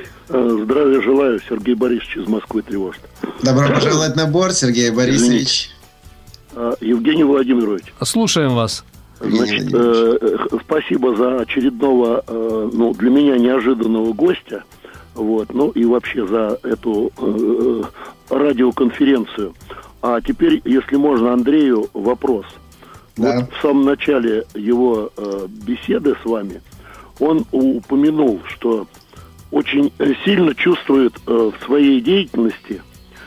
Здравия желаю, Сергей Борисович из Москвы тревожит. Добро пожаловать на борт, Сергей Борисович. Извините. Евгений Владимирович. Слушаем вас. Значит, э, спасибо за очередного, э, ну, для меня неожиданного гостя, вот, ну и вообще за эту э, радиоконференцию. А теперь, если можно, Андрею вопрос. Да. Вот в самом начале его э, беседы с вами он упомянул, что очень сильно чувствует э, в своей деятельности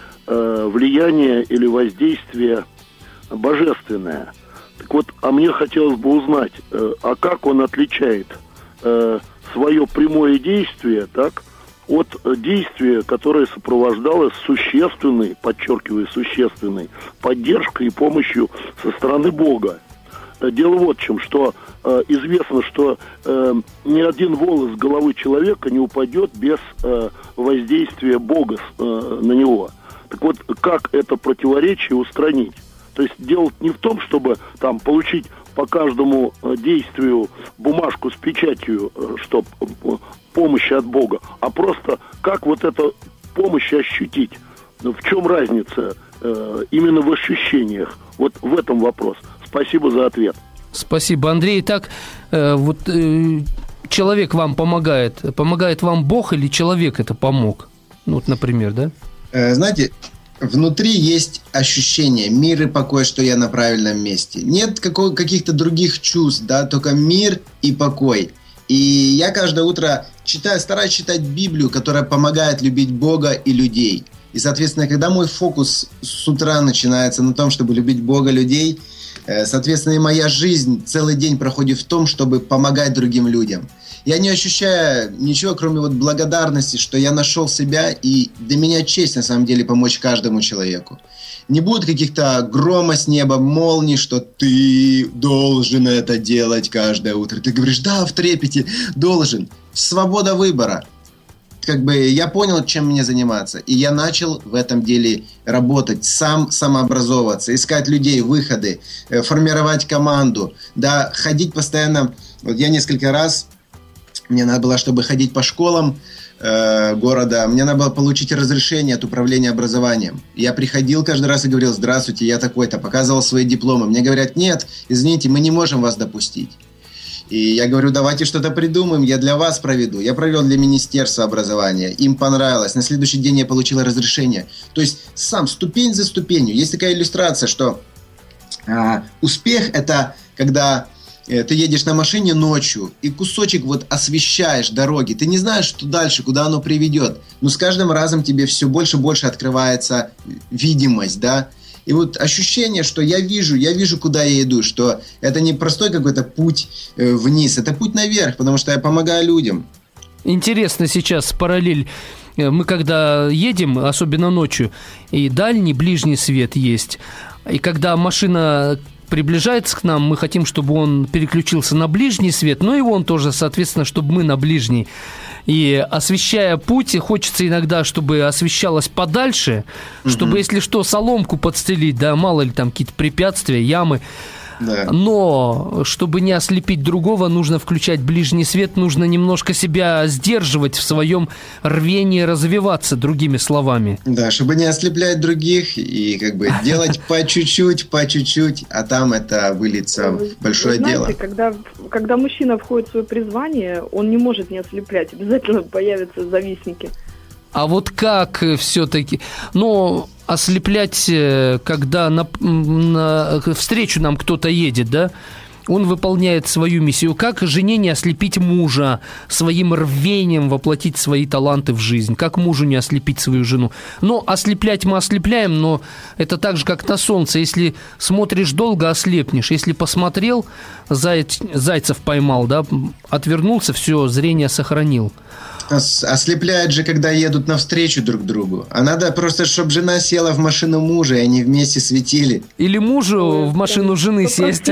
э, влияние или воздействие божественное. Так вот, а мне хотелось бы узнать, э, а как он отличает э, свое прямое действие, так, от действия, которое сопровождалось существенной, подчеркиваю, существенной поддержкой и помощью со стороны Бога. Дело вот в чем, что э, известно, что э, ни один волос с головы человека не упадет без э, воздействия Бога э, на него. Так вот, как это противоречие устранить? То есть дело не в том, чтобы там получить по каждому действию бумажку с печатью, что помощь от Бога, а просто как вот эту помощь ощутить. В чем разница э, именно в ощущениях? Вот в этом вопрос. Спасибо за ответ. Спасибо, Андрей. Итак, э, вот э, человек вам помогает. Помогает вам Бог или человек это помог? Ну, вот, например, да? Э, знаете... Внутри есть ощущение, мир и покой, что я на правильном месте. Нет какого, каких-то других чувств, да, только мир и покой. И я каждое утро читаю, стараюсь читать Библию, которая помогает любить Бога и людей. И, соответственно, когда мой фокус с утра начинается на том, чтобы любить Бога, людей, соответственно, и моя жизнь целый день проходит в том, чтобы помогать другим людям. Я не ощущаю ничего, кроме вот благодарности, что я нашел себя, и для меня честь, на самом деле, помочь каждому человеку. Не будет каких-то грома с неба, молний, что ты должен это делать каждое утро. Ты говоришь, да, в трепете, должен. Свобода выбора. Как бы я понял, чем мне заниматься, и я начал в этом деле работать, сам самообразовываться, искать людей, выходы, формировать команду, да, ходить постоянно. Вот я несколько раз... Мне надо было, чтобы ходить по школам э, города, мне надо было получить разрешение от управления образованием. Я приходил каждый раз и говорил, здравствуйте, я такой-то, показывал свои дипломы. Мне говорят, нет, извините, мы не можем вас допустить. И я говорю, давайте что-то придумаем, я для вас проведу. Я провел для Министерства образования, им понравилось. На следующий день я получил разрешение. То есть сам ступень за ступенью. Есть такая иллюстрация, что а, успех – это когда э, ты едешь на машине ночью и кусочек вот освещаешь дороги. Ты не знаешь, что дальше, куда оно приведет. Но с каждым разом тебе все больше и больше открывается видимость, да. И вот ощущение, что я вижу, я вижу, куда я иду, что это не простой какой-то путь э, вниз, это путь наверх, потому что я помогаю людям. Интересно сейчас параллель. Мы когда едем, особенно ночью, и дальний, ближний свет есть, и когда машина приближается к нам, мы хотим, чтобы он переключился на ближний свет, но и он тоже, соответственно, чтобы мы на ближний. И освещая путь, хочется иногда, чтобы освещалось подальше, mm-hmm. чтобы, если что, соломку подстелить, да, мало ли там какие-то препятствия, ямы. Да. Но, чтобы не ослепить другого, нужно включать ближний свет, нужно немножко себя сдерживать в своем рвении развиваться, другими словами. Да, чтобы не ослеплять других и как бы делать по чуть-чуть, по чуть-чуть, а там это выльется в большое Вы знаете, дело. Когда, когда мужчина входит в свое призвание, он не может не ослеплять, обязательно появятся завистники. А вот как все-таки... Ну, ослеплять, когда на, на встречу нам кто-то едет, да? Он выполняет свою миссию. Как жене не ослепить мужа своим рвением воплотить свои таланты в жизнь? Как мужу не ослепить свою жену? Ну, ослеплять мы ослепляем, но это так же, как на солнце. Если смотришь долго, ослепнешь. Если посмотрел, заяц, зайцев поймал, да, отвернулся, все, зрение сохранил. Ослепляют же, когда едут навстречу друг другу. А надо просто, чтобы жена села в машину мужа, и они вместе светили. Или мужу в машину жены сесть.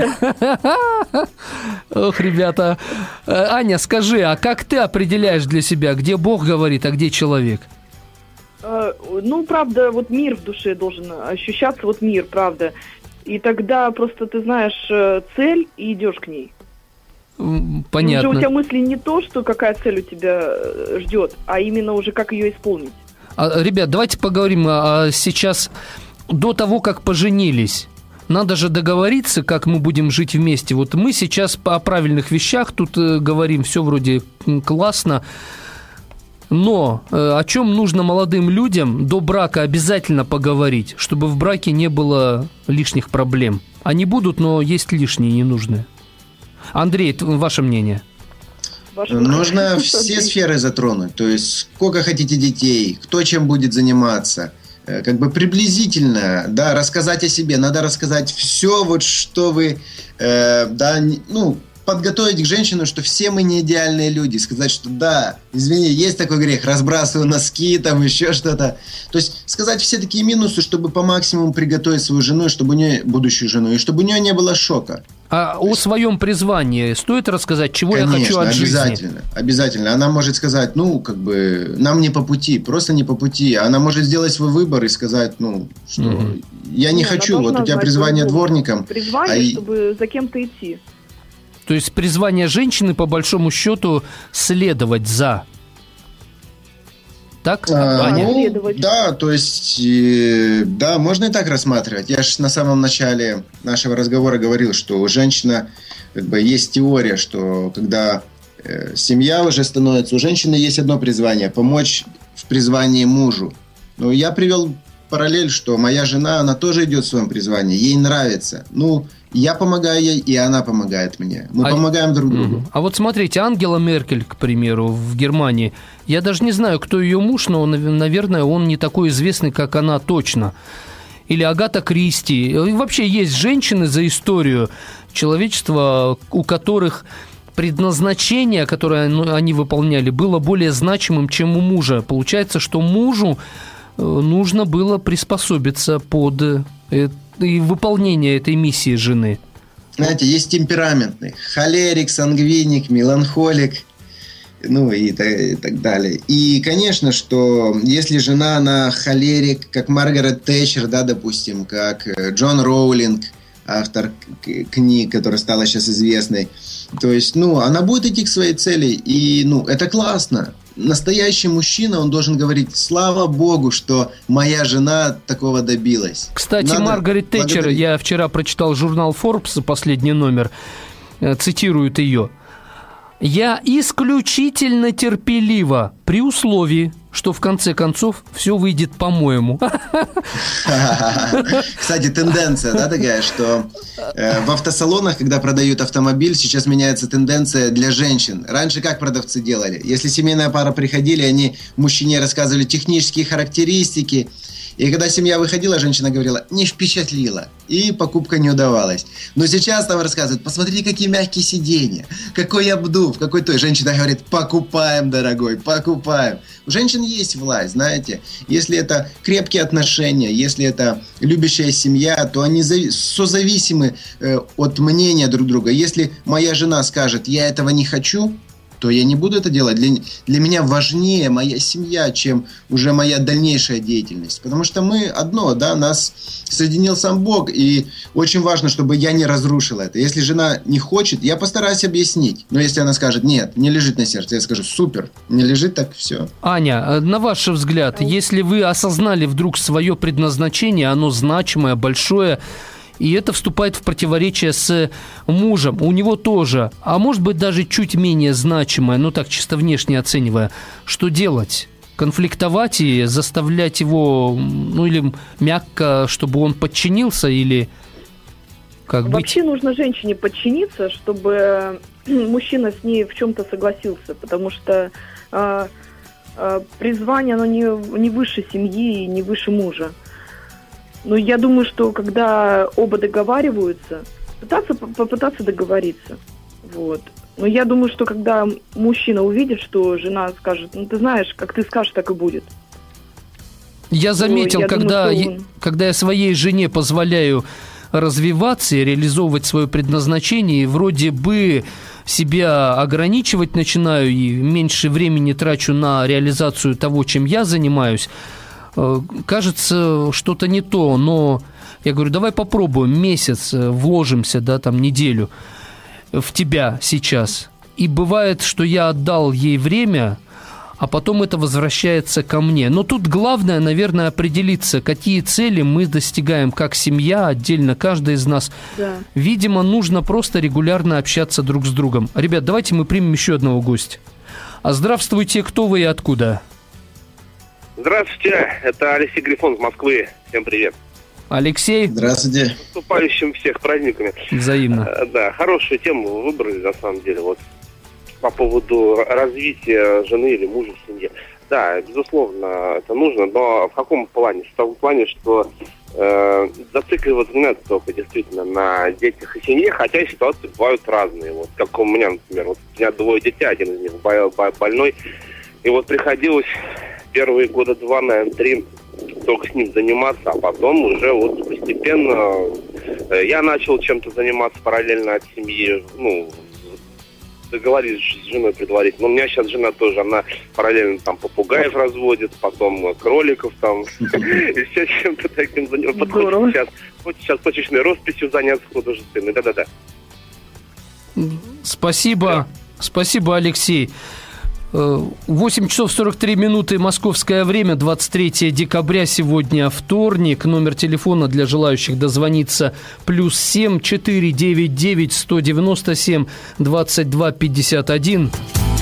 Ох, ребята. Аня, скажи, а как ты определяешь для себя, где Бог говорит, а где человек? Ну, правда, вот мир в душе должен ощущаться, вот мир, правда. И тогда просто ты знаешь цель и идешь к ней. Понятно. Уже у тебя мысли не то, что какая цель у тебя ждет, а именно уже как ее исполнить. А, ребят, давайте поговорим а, сейчас, до того, как поженились. Надо же договориться, как мы будем жить вместе. Вот мы сейчас о правильных вещах тут э, говорим, все вроде классно. Но э, о чем нужно молодым людям до брака обязательно поговорить, чтобы в браке не было лишних проблем. Они будут, но есть лишние, ненужные. Андрей, ваше мнение? Нужно все сферы затронуть. То есть, сколько хотите детей, кто чем будет заниматься. Как бы приблизительно, да, рассказать о себе. Надо рассказать все, вот что вы, э, да, ну, подготовить к женщину, что все мы не идеальные люди. Сказать, что да, извини, есть такой грех, разбрасываю носки, там еще что-то. То есть сказать все такие минусы, чтобы по максимуму приготовить свою жену, чтобы у нее, будущую жену, и чтобы у нее не было шока. А о своем призвании стоит рассказать, чего Конечно, я хочу от жизни? обязательно, обязательно. Она может сказать, ну, как бы, нам не по пути, просто не по пути. Она может сделать свой выбор и сказать, ну, что угу. я не Нет, хочу, вот у тебя призвание дворником. Призвание, а чтобы за кем-то идти. То есть призвание женщины, по большому счету, следовать за. Так? А, ну, да, то есть, э, да, можно и так рассматривать. Я же на самом начале нашего разговора говорил, что у женщины как бы есть теория, что когда э, семья уже становится, у женщины есть одно призвание – помочь в призвании мужу. Но я привел параллель, что моя жена, она тоже идет в своем призвании, ей нравится. Ну, я помогаю ей, и она помогает мне. Мы а, помогаем друг другу. Угу. А вот смотрите, Ангела Меркель, к примеру, в Германии, я даже не знаю, кто ее муж, но, наверное, он не такой известный, как она точно. Или Агата Кристи. И вообще есть женщины за историю человечества, у которых предназначение, которое они выполняли, было более значимым, чем у мужа. Получается, что мужу нужно было приспособиться под и выполнение этой миссии жены. Знаете, есть темпераментный. Холерик, сангвиник, меланхолик, ну и так, и так далее. И, конечно, что если жена, она холерик, как Маргарет Тэтчер, да, допустим, как Джон Роулинг, автор книг, которая стала сейчас известной, то есть, ну, она будет идти к своей цели, и, ну, это классно. Настоящий мужчина, он должен говорить: слава богу, что моя жена такого добилась. Кстати, Надо Маргарет Тэтчер, благодарить. Я вчера прочитал журнал Forbes, последний номер, цитирует ее. Я исключительно терпелива, при условии, что в конце концов все выйдет по-моему. Кстати, тенденция, да, такая, что э, в автосалонах, когда продают автомобиль, сейчас меняется тенденция для женщин. Раньше как продавцы делали? Если семейная пара приходили, они мужчине рассказывали технические характеристики, и когда семья выходила, женщина говорила, не впечатлила, и покупка не удавалась. Но сейчас там рассказывают, посмотрите, какие мягкие сиденья, какой обдув, какой той. Женщина говорит, покупаем, дорогой, покупаем. У женщин есть власть, знаете. Если это крепкие отношения, если это любящая семья, то они созависимы э, от мнения друг друга. Если моя жена скажет, я этого не хочу, то я не буду это делать. Для, для меня важнее моя семья, чем уже моя дальнейшая деятельность. Потому что мы одно, да, нас соединил сам Бог, и очень важно, чтобы я не разрушил это. Если жена не хочет, я постараюсь объяснить. Но если она скажет, нет, не лежит на сердце, я скажу, супер, не лежит, так все. Аня, на ваш взгляд, если вы осознали вдруг свое предназначение, оно значимое, большое, и это вступает в противоречие с мужем. У него тоже, а может быть даже чуть менее значимое, ну так чисто внешне оценивая. Что делать? Конфликтовать и заставлять его, ну или мягко, чтобы он подчинился, или как быть? Вообще нужно женщине подчиниться, чтобы мужчина с ней в чем-то согласился, потому что э, э, призвание, оно не, не выше семьи и не выше мужа. Но я думаю, что когда оба договариваются, пытаться, попытаться договориться. Вот. Но я думаю, что когда мужчина увидит, что жена скажет, ну ты знаешь, как ты скажешь, так и будет. Я заметил, я когда, думаю, я, когда я своей жене позволяю развиваться и реализовывать свое предназначение, и вроде бы себя ограничивать начинаю и меньше времени трачу на реализацию того, чем я занимаюсь, кажется, что-то не то, но я говорю, давай попробуем месяц, вложимся, да, там, неделю в тебя сейчас. И бывает, что я отдал ей время, а потом это возвращается ко мне. Но тут главное, наверное, определиться, какие цели мы достигаем как семья, отдельно каждый из нас. Да. Видимо, нужно просто регулярно общаться друг с другом. Ребят, давайте мы примем еще одного гостя. А здравствуйте, кто вы и откуда? Здравствуйте, это Алексей Грифон из Москвы. Всем привет. Алексей. Здравствуйте. С наступающим всех праздниками. Взаимно. А, да, хорошую тему выбрали, на самом деле, вот по поводу развития жены или мужа в семье. Да, безусловно, это нужно, но в каком плане? В том плане, что э, зацикливаться не надо только действительно на детях и семье, хотя ситуации бывают разные. Вот как у меня, например, вот у меня двое детей, один из них больной, и вот приходилось первые года два, наверное, три только с ним заниматься, а потом уже вот постепенно я начал чем-то заниматься параллельно от семьи, ну, договорились с женой предварительно. Но у меня сейчас жена тоже, она параллельно там попугаев разводит, потом кроликов там, и все чем-то таким занимается. Подходит сейчас, вот сейчас точечной росписью заняться художественной, да-да-да. Спасибо, спасибо, Алексей. восемь часов сорок три минуты московское время, двадцать третьего декабря, сегодня вторник. Номер телефона для желающих дозвониться плюс семь четыре девять девять сто девяносто семь двадцать два пятьдесят один.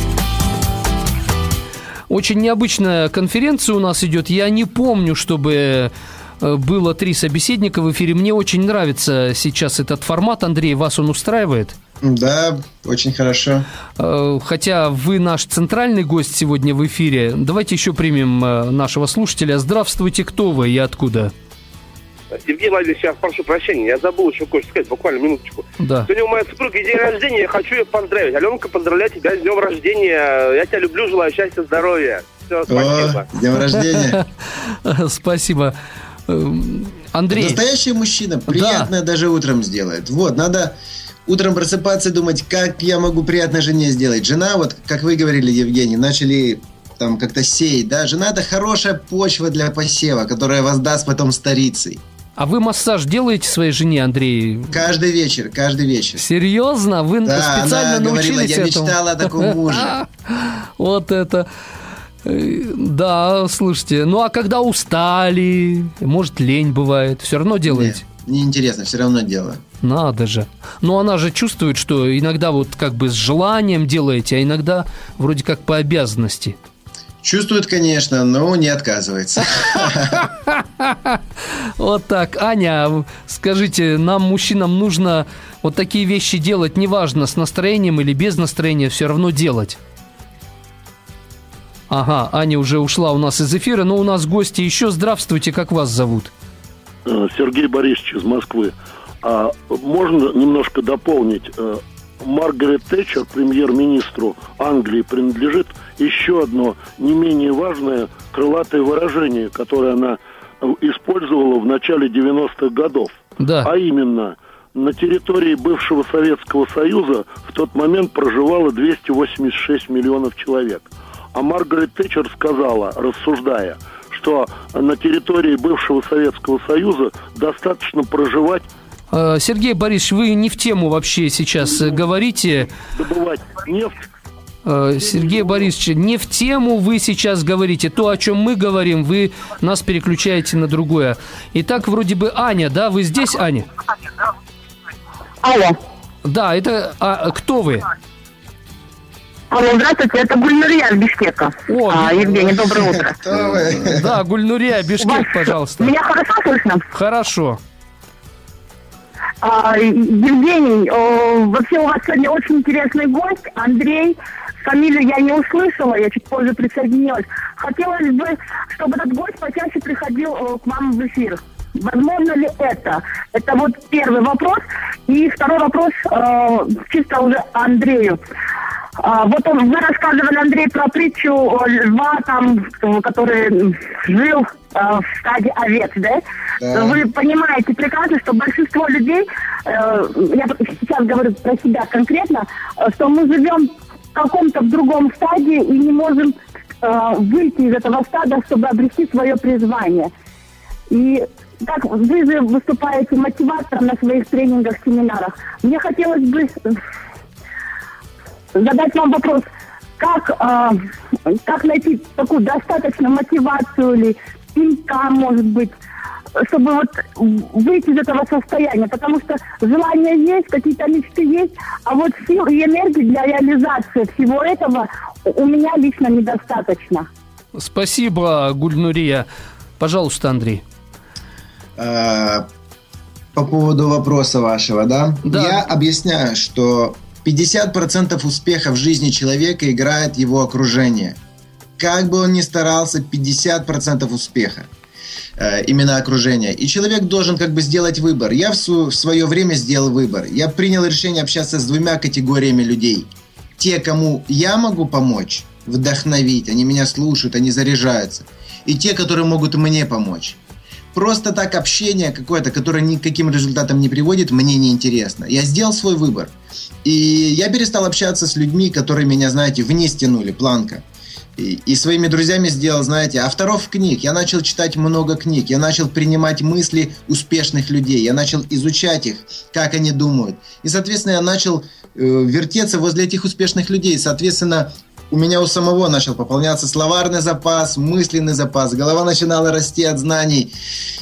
Очень необычная конференция у нас идет. Я не помню, чтобы было три собеседника в эфире. Мне очень нравится сейчас этот формат. Андрей, вас он устраивает? Да, очень хорошо. Хотя вы наш центральный гость сегодня в эфире. Давайте еще примем нашего слушателя. Здравствуйте, кто вы и откуда? Евгений Владимирович, я прошу прощения, я забыл еще кое-что сказать, буквально минуточку. Да. Сегодня у моей супруги день рождения, я хочу ее поздравить. Аленка, поздравляю тебя с днем рождения. Я тебя люблю, желаю счастья, здоровья. Все, спасибо. О, с днем рождения. Спасибо. Андрей. Настоящий мужчина приятное даже утром сделает. Вот, надо утром просыпаться и думать, как я могу приятно жене сделать. Жена, вот, как вы говорили, Евгений, начали там как-то сеять, да. Жена – это хорошая почва для посева, которая воздаст потом старицей. А вы массаж делаете своей жене, Андрей? Каждый вечер, каждый вечер. Серьезно? Вы да, специально она научились говорила, я этому? мечтала о таком муже. Вот это... Да, слушайте, ну а когда устали, может, лень бывает, все равно делаете? Нет, неинтересно, все равно делаю. Надо же. Но она же чувствует, что иногда вот как бы с желанием делаете, а иногда вроде как по обязанности. Чувствует, конечно, но не отказывается. Вот так. Аня, скажите, нам, мужчинам, нужно вот такие вещи делать, неважно, с настроением или без настроения, все равно делать. Ага, Аня уже ушла у нас из эфира, но у нас гости еще. Здравствуйте, как вас зовут? Сергей Борисович из Москвы. А можно немножко дополнить? Маргарет Тэтчер, премьер-министру Англии, принадлежит еще одно не менее важное крылатое выражение, которое она использовала в начале девяностых годов. Да. А именно, на территории бывшего Советского Союза в тот момент проживало двести восемьдесят шесть миллионов человек. А Маргарет Тэтчер сказала, рассуждая, что на территории бывшего Советского Союза достаточно проживать. Сергей Борисович, вы не в тему вообще сейчас говорите. Добывать нефть. Сергей Борисович, не в тему вы сейчас говорите. То, о чем мы говорим, вы нас переключаете на другое. Итак, вроде бы Аня, да? Вы здесь, Аня? Алло. Да, это... А, кто вы? Алло, здравствуйте, это Гульнурия из Бишкека. О, а, Евгений, доброе утро. Да, Гульнурия, Бишкек, пожалуйста. Меня хорошо слышно? Хорошо. А, Евгений, о, вообще у вас сегодня очень интересный гость, Андрей. Фамилию я не услышала, я чуть позже присоединилась. Хотелось бы, чтобы этот гость почаще приходил о, к вам в эфир. Возможно ли это? Это вот первый вопрос. И второй вопрос э, чисто уже Андрею. А, вот он, вы рассказывали, Андрей, про притчу о льва, там, который жил а, в стаде овец, да? Да. Вы понимаете прекрасно, что большинство людей, э, я сейчас говорю про себя конкретно, что мы живем в каком-то другом стаде и не можем э, выйти из этого стада, чтобы обрести свое призвание. И так вы же выступаете мотиватором на своих тренингах, семинарах. Мне хотелось бы задать вам вопрос, как, э, как найти такую достаточную мотивацию или пинка, может быть, чтобы вот выйти из этого состояния, потому что желание есть, какие-то мечты есть, а вот сил и энергии для реализации всего этого у меня лично недостаточно. Спасибо, Гульнурия. Пожалуйста, Андрей. А, по поводу вопроса вашего, да? Да. Я объясняю, что пятьдесят процентов успеха в жизни человека играет его окружение. Как бы он ни старался, пятьдесят процентов успеха. Именно окружение. И человек должен как бы сделать выбор. Я в, св- в свое время сделал выбор. Я принял решение общаться с двумя категориями людей. Те, кому я могу помочь, вдохновить, они меня слушают, они заряжаются. И те, которые могут мне помочь. Просто так общение какое-то, которое ни к каким результатам не приводит, мне неинтересно. Я сделал свой выбор. И я перестал общаться с людьми, которые меня, знаете, вниз тянули, планка. И, и своими друзьями сделал, знаете, авторов книг. Я начал читать много книг. Я начал принимать мысли успешных людей. Я начал изучать их, как они думают. И, соответственно, я начал э, вертеться возле этих успешных людей. Соответственно, у меня у самого начал пополняться словарный запас, мысленный запас. Голова начинала расти от знаний.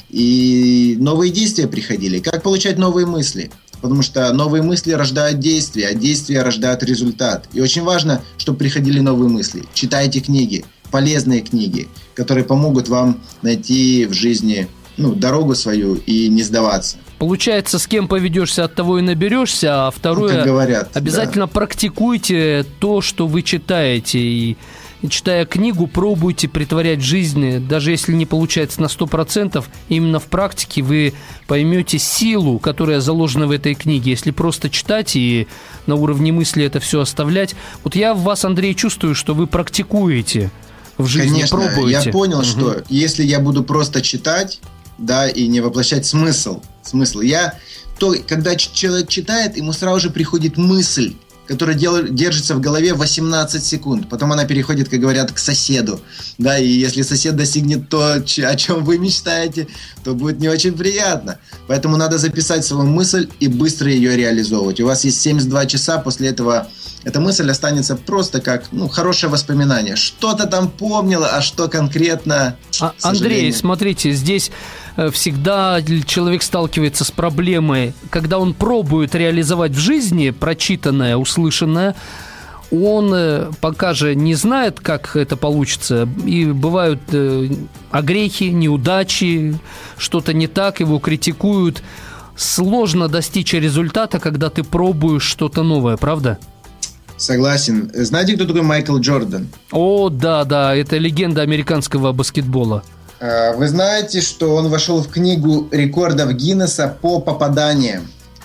И новые действия приходили. Как получать новые мысли? Потому что новые мысли рождают действия, а действия рождают результат. И очень важно, чтобы приходили новые мысли. Читайте книги, полезные книги, которые помогут вам найти в жизни, ну, дорогу свою и не сдаваться. Получается, с кем поведешься, от того и наберешься. А второе, как говорят, обязательно да. практикуйте то, что вы читаете. И читая книгу, пробуйте притворять в жизнь. Даже если не получается на сто процентов, именно в практике вы поймете силу, которая заложена в этой книге. Если просто читать и на уровне мысли это все оставлять. Вот я в вас, Андрей, чувствую, что вы практикуете в жизни, конечно, пробуете. Я понял, угу. что если я буду просто читать, да, и не воплощать смысл, смысл, я, то, когда человек читает, ему сразу же приходит мысль, которая дел, держится в голове восемнадцать секунд. Потом она переходит, как говорят, к соседу. Да, и если сосед достигнет то, о чем вы мечтаете, то будет не очень приятно. Поэтому надо записать свою мысль и быстро ее реализовывать. У вас есть семьдесят два часа после этого эта мысль останется просто как, ну, хорошее воспоминание. Что-то там помнила, а что конкретно... А, Андрей, смотрите, здесь всегда человек сталкивается с проблемой, когда он пробует реализовать в жизни прочитанное, услышанное, он пока же не знает, как это получится, и бывают э, огрехи, неудачи, что-то не так, его критикуют. Сложно достичь результата, когда ты пробуешь что-то новое, правда? Согласен. Знаете, кто такой Майкл Джордан? О, да, да, это легенда американского баскетбола. Вы знаете, что он вошел в книгу рекордов Гиннесса по попаданиям?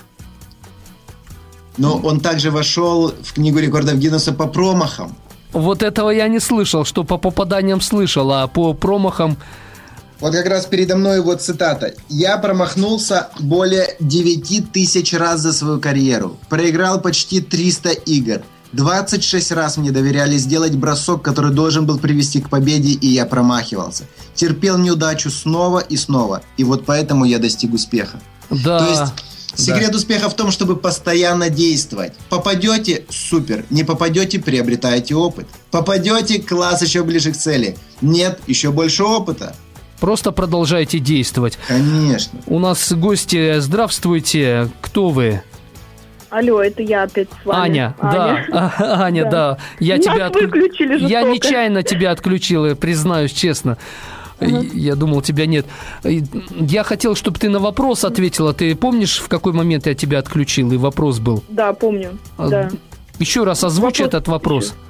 Но он также вошел в книгу рекордов Гиннесса по промахам. Вот этого я не слышал, что по попаданиям слышал, а по промахам... Вот как раз передо мной его цитата. «Я промахнулся более девять тысяч раз за свою карьеру. Проиграл почти триста игр. двадцать шесть раз мне доверяли сделать бросок, который должен был привести к победе, и я промахивался. Терпел неудачу снова и снова. И вот поэтому я достиг успеха». Да. То есть... Секрет да. успеха в том, чтобы постоянно действовать. Попадете – супер. Не попадете – приобретаете опыт. Попадете – класс, еще ближе к цели. Нет – еще больше опыта. Просто продолжайте действовать. Конечно. У нас гости. Здравствуйте. Кто вы? Алло, это я опять с вами. Аня, Аня. да. Аня, да. Я Нас тебя отклю... выключили жестоко. Я нечаянно тебя отключила, признаюсь честно. Uh-huh. Я думал, тебя нет. Я хотел, чтобы ты на вопрос ответила. Ты помнишь, в какой момент я тебя отключил, и вопрос был? Да, помню. А, да. Еще раз озвучь вопрос, этот вопрос. Еще.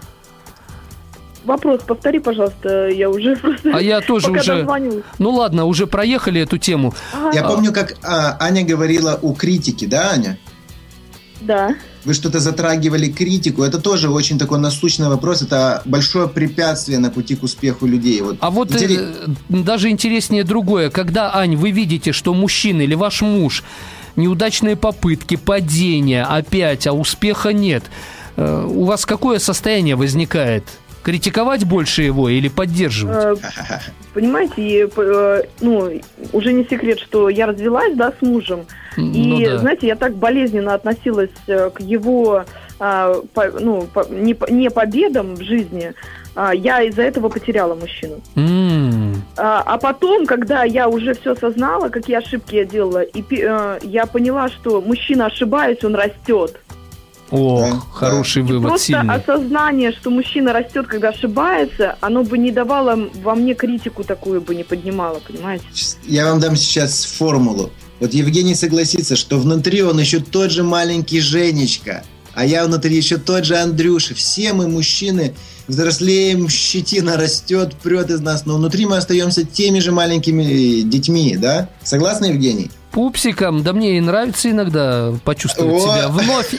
Вопрос повтори, пожалуйста. Я уже просто... А я тоже уже... дозвонилась. Ну ладно, уже проехали эту тему. Ага. Я помню, как а, Аня говорила о критике, да, Аня? Да. Вы что-то затрагивали критику. Это тоже очень такой насущный вопрос. Это большое препятствие на пути к успеху людей. Вот а вот интерес... э, даже интереснее другое. Когда, Ань, вы видите, что мужчина или ваш муж, неудачные попытки, падения, опять, а успеха нет, э, у вас какое состояние возникает? Критиковать больше его или поддерживать? Понимаете, ну, уже не секрет, что я развелась, да, с мужем. Ну, и, да. знаете, я так болезненно относилась к его, ну, не, не победам в жизни. Я из-за этого потеряла мужчину. Mm. А, а потом, когда я уже все осознала, какие ошибки я делала, и я поняла, что мужчина, ошибаясь, он растет. О, да, хороший да. вывод, просто сильный. Осознание, что мужчина растет, когда ошибается, оно бы не давало во мне критику такую бы не поднимало, понимаете? Я вам дам сейчас формулу. Вот Евгений согласится, что внутри он еще тот же маленький Женечка, а я внутри еще тот же Андрюша. Все мы, мужчины, взрослеем, щетина растет, прет из нас, но внутри мы остаемся теми же маленькими детьми, да? Согласны, Евгений? Пупсиком, да мне и нравится иногда почувствовать О! себя вновь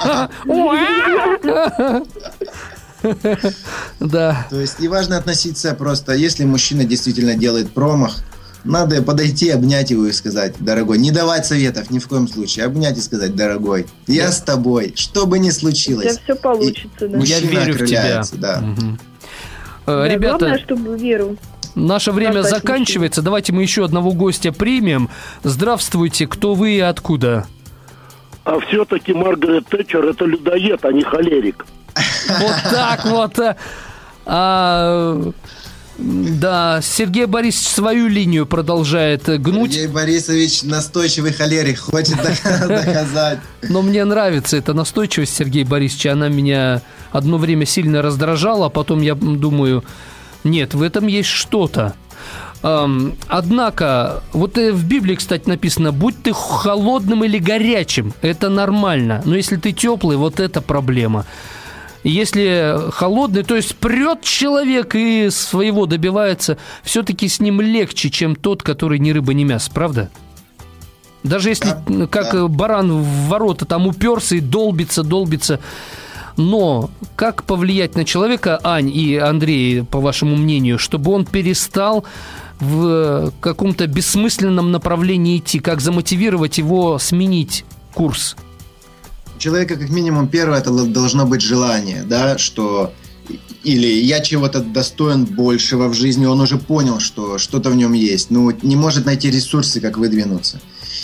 им. Да. То есть, и важно относиться просто, если мужчина действительно делает промах, надо подойти, обнять его и сказать: дорогой, не давать советов ни в коем случае, обнять и сказать: дорогой, я да. с тобой, что бы ни случилось. У тебя все получится, и да. Я верю в тебя. Да. Угу. Да, ребята, главное, чтобы веру. Наше время заканчивается. Давайте мы еще одного гостя примем. Здравствуйте, кто вы и откуда? А все-таки Маргарет Тэтчер – это людоед, а не холерик. Вот так вот. А, да, Сергей Борисович свою линию продолжает гнуть. Сергей Борисович настойчивый холерик, хочет доказать. Но мне нравится эта настойчивость Сергея Борисовича. Она меня одно время сильно раздражала, а потом я думаю... Нет, в этом есть что-то. Однако, вот в Библии, кстати, написано: будь ты холодным или горячим, это нормально. Но если ты теплый, вот это проблема. Если холодный, то есть прет человек и своего добивается, все-таки с ним легче, чем тот, который ни рыба, ни мясо, правда? Даже если, да, как да. баран в ворота, там уперся и долбится, долбится. Но как повлиять на человека, Ань и Андрей, по вашему мнению, чтобы он перестал в каком-то бессмысленном направлении идти? Как замотивировать его сменить курс? У человека, как минимум, первое, это должно быть желание, да, что или я чего-то достоин большего в жизни, он уже понял, что что-то в нем есть, но не может найти ресурсы, как выдвинуться.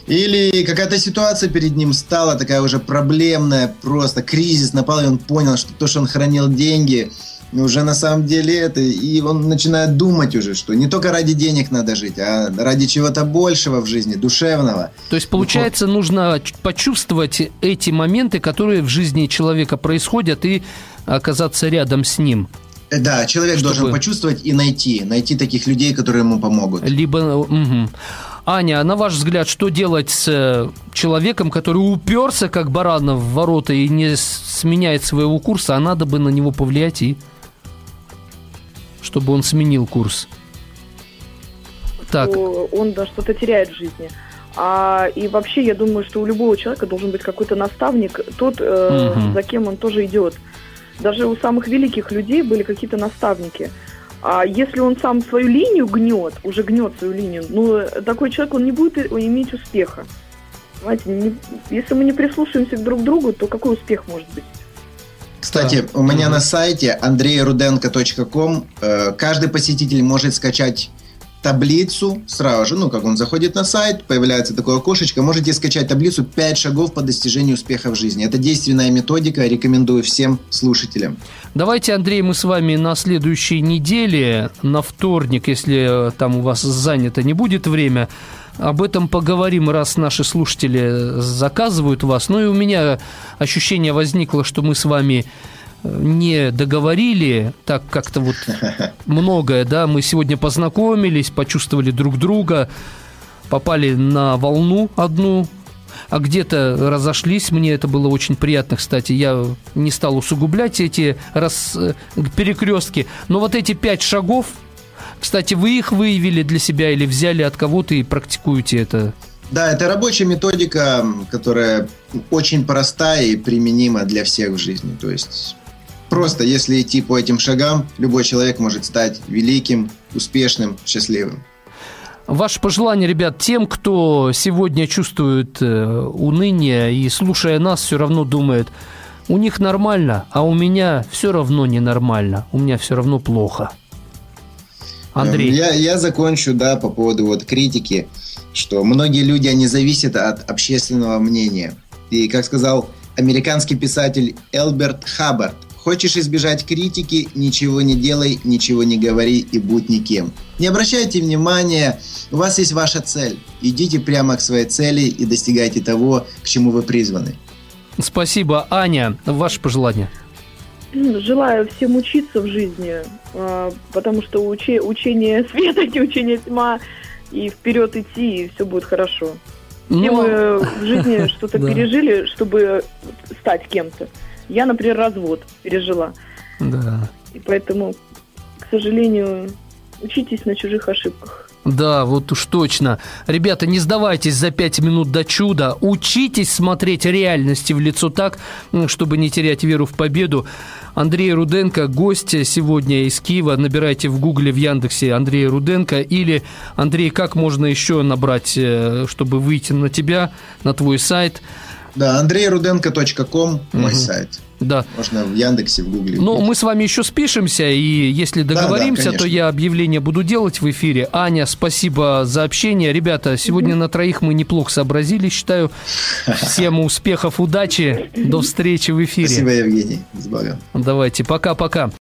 Или какая-то ситуация перед ним стала такая уже проблемная, просто кризис напал, и он понял, что то, что он хранил деньги, уже на самом деле это, и он начинает думать уже, что не только ради денег надо жить, а ради чего-то большего в жизни, душевного. То есть, получается, нужно почувствовать эти моменты, которые в жизни человека происходят, и оказаться рядом с ним. Да, человек Чтобы... должен почувствовать и найти, найти таких людей, которые ему помогут. Либо... Угу. Аня, на ваш взгляд, что делать с человеком, который уперся, как баран в ворота, и не сменяет своего курса, а надо бы на него повлиять, и чтобы он сменил курс? Так. Он да, что-то теряет в жизни. А, и вообще, я думаю, что у любого человека должен быть какой-то наставник, тот, э, угу. за кем он тоже идет. Даже у самых великих людей были какие-то наставники. А если он сам свою линию гнет, уже гнет свою линию, ну, такой человек, он не будет иметь успеха. Понимаете, не, если мы не прислушаемся друг к другу, то какой успех может быть? Кстати, у меня на сайте андрей руденко точка ком э, каждый посетитель может скачать таблицу сразу же, ну, как он заходит на сайт, появляется такое окошечко, можете скачать таблицу «пять шагов по достижению успеха в жизни». Это действенная методика, рекомендую всем слушателям. Давайте, Андрей, мы с вами на следующей неделе, на вторник, если там у вас занято не будет время, об этом поговорим, раз наши слушатели заказывают вас. Ну и у меня ощущение возникло, что мы с вами не договорили, так как-то вот многое, да, мы сегодня познакомились, почувствовали друг друга, попали на волну одну, а где-то разошлись, мне это было очень приятно, кстати, я не стал усугублять эти раз... перекрестки, но вот эти пять шагов, кстати, вы их выявили для себя или взяли от кого-то и практикуете это? Да, это рабочая методика, которая очень простая и применима для всех в жизни, то есть... Просто если идти по этим шагам, любой человек может стать великим, успешным, счастливым. Ваше пожелание, ребят, тем, кто сегодня чувствует э, уныние и, слушая нас, все равно думает, у них нормально, а у меня все равно ненормально, у меня все равно плохо. Андрей. Я, я закончу, да, по поводу вот критики, что многие люди, они зависят от общественного мнения. И, как сказал американский писатель Элберт Хаббард, хочешь избежать критики, ничего не делай, ничего не говори и будь никем. Не обращайте внимания, у вас есть ваша цель. Идите прямо к своей цели и достигайте того, к чему вы призваны. Спасибо. Аня, ваше пожелание? Желаю всем учиться в жизни, потому что учи, учение света, не учение тьма, и вперед идти, и все будет хорошо. Но... Все мы в жизни что-то пережили, чтобы стать кем-то. Я, например, развод пережила. Да. И поэтому, к сожалению, учитесь на чужих ошибках. Да, вот уж точно. Ребята, не сдавайтесь за пять минут до чуда. Учитесь смотреть реальности в лицо так, чтобы не терять веру в победу. Андрей Руденко, гость сегодня из Киева. Набирайте в Гугле, в Яндексе Андрей Руденко. Или, Андрей, как можно еще набрать, чтобы выйти на тебя, на твой сайт? Да, андрей руденко точка ком, мой угу. сайт. Да. Можно в Яндексе, в Гугле. Ну, мы с вами еще спишемся, и если договоримся, да, да, то я объявление буду делать в эфире. Аня, спасибо за общение. Ребята, сегодня угу. на троих мы неплохо сообразили, считаю. Всем успехов, удачи. До встречи в эфире. Спасибо, Евгений. С Богом. Давайте, пока-пока.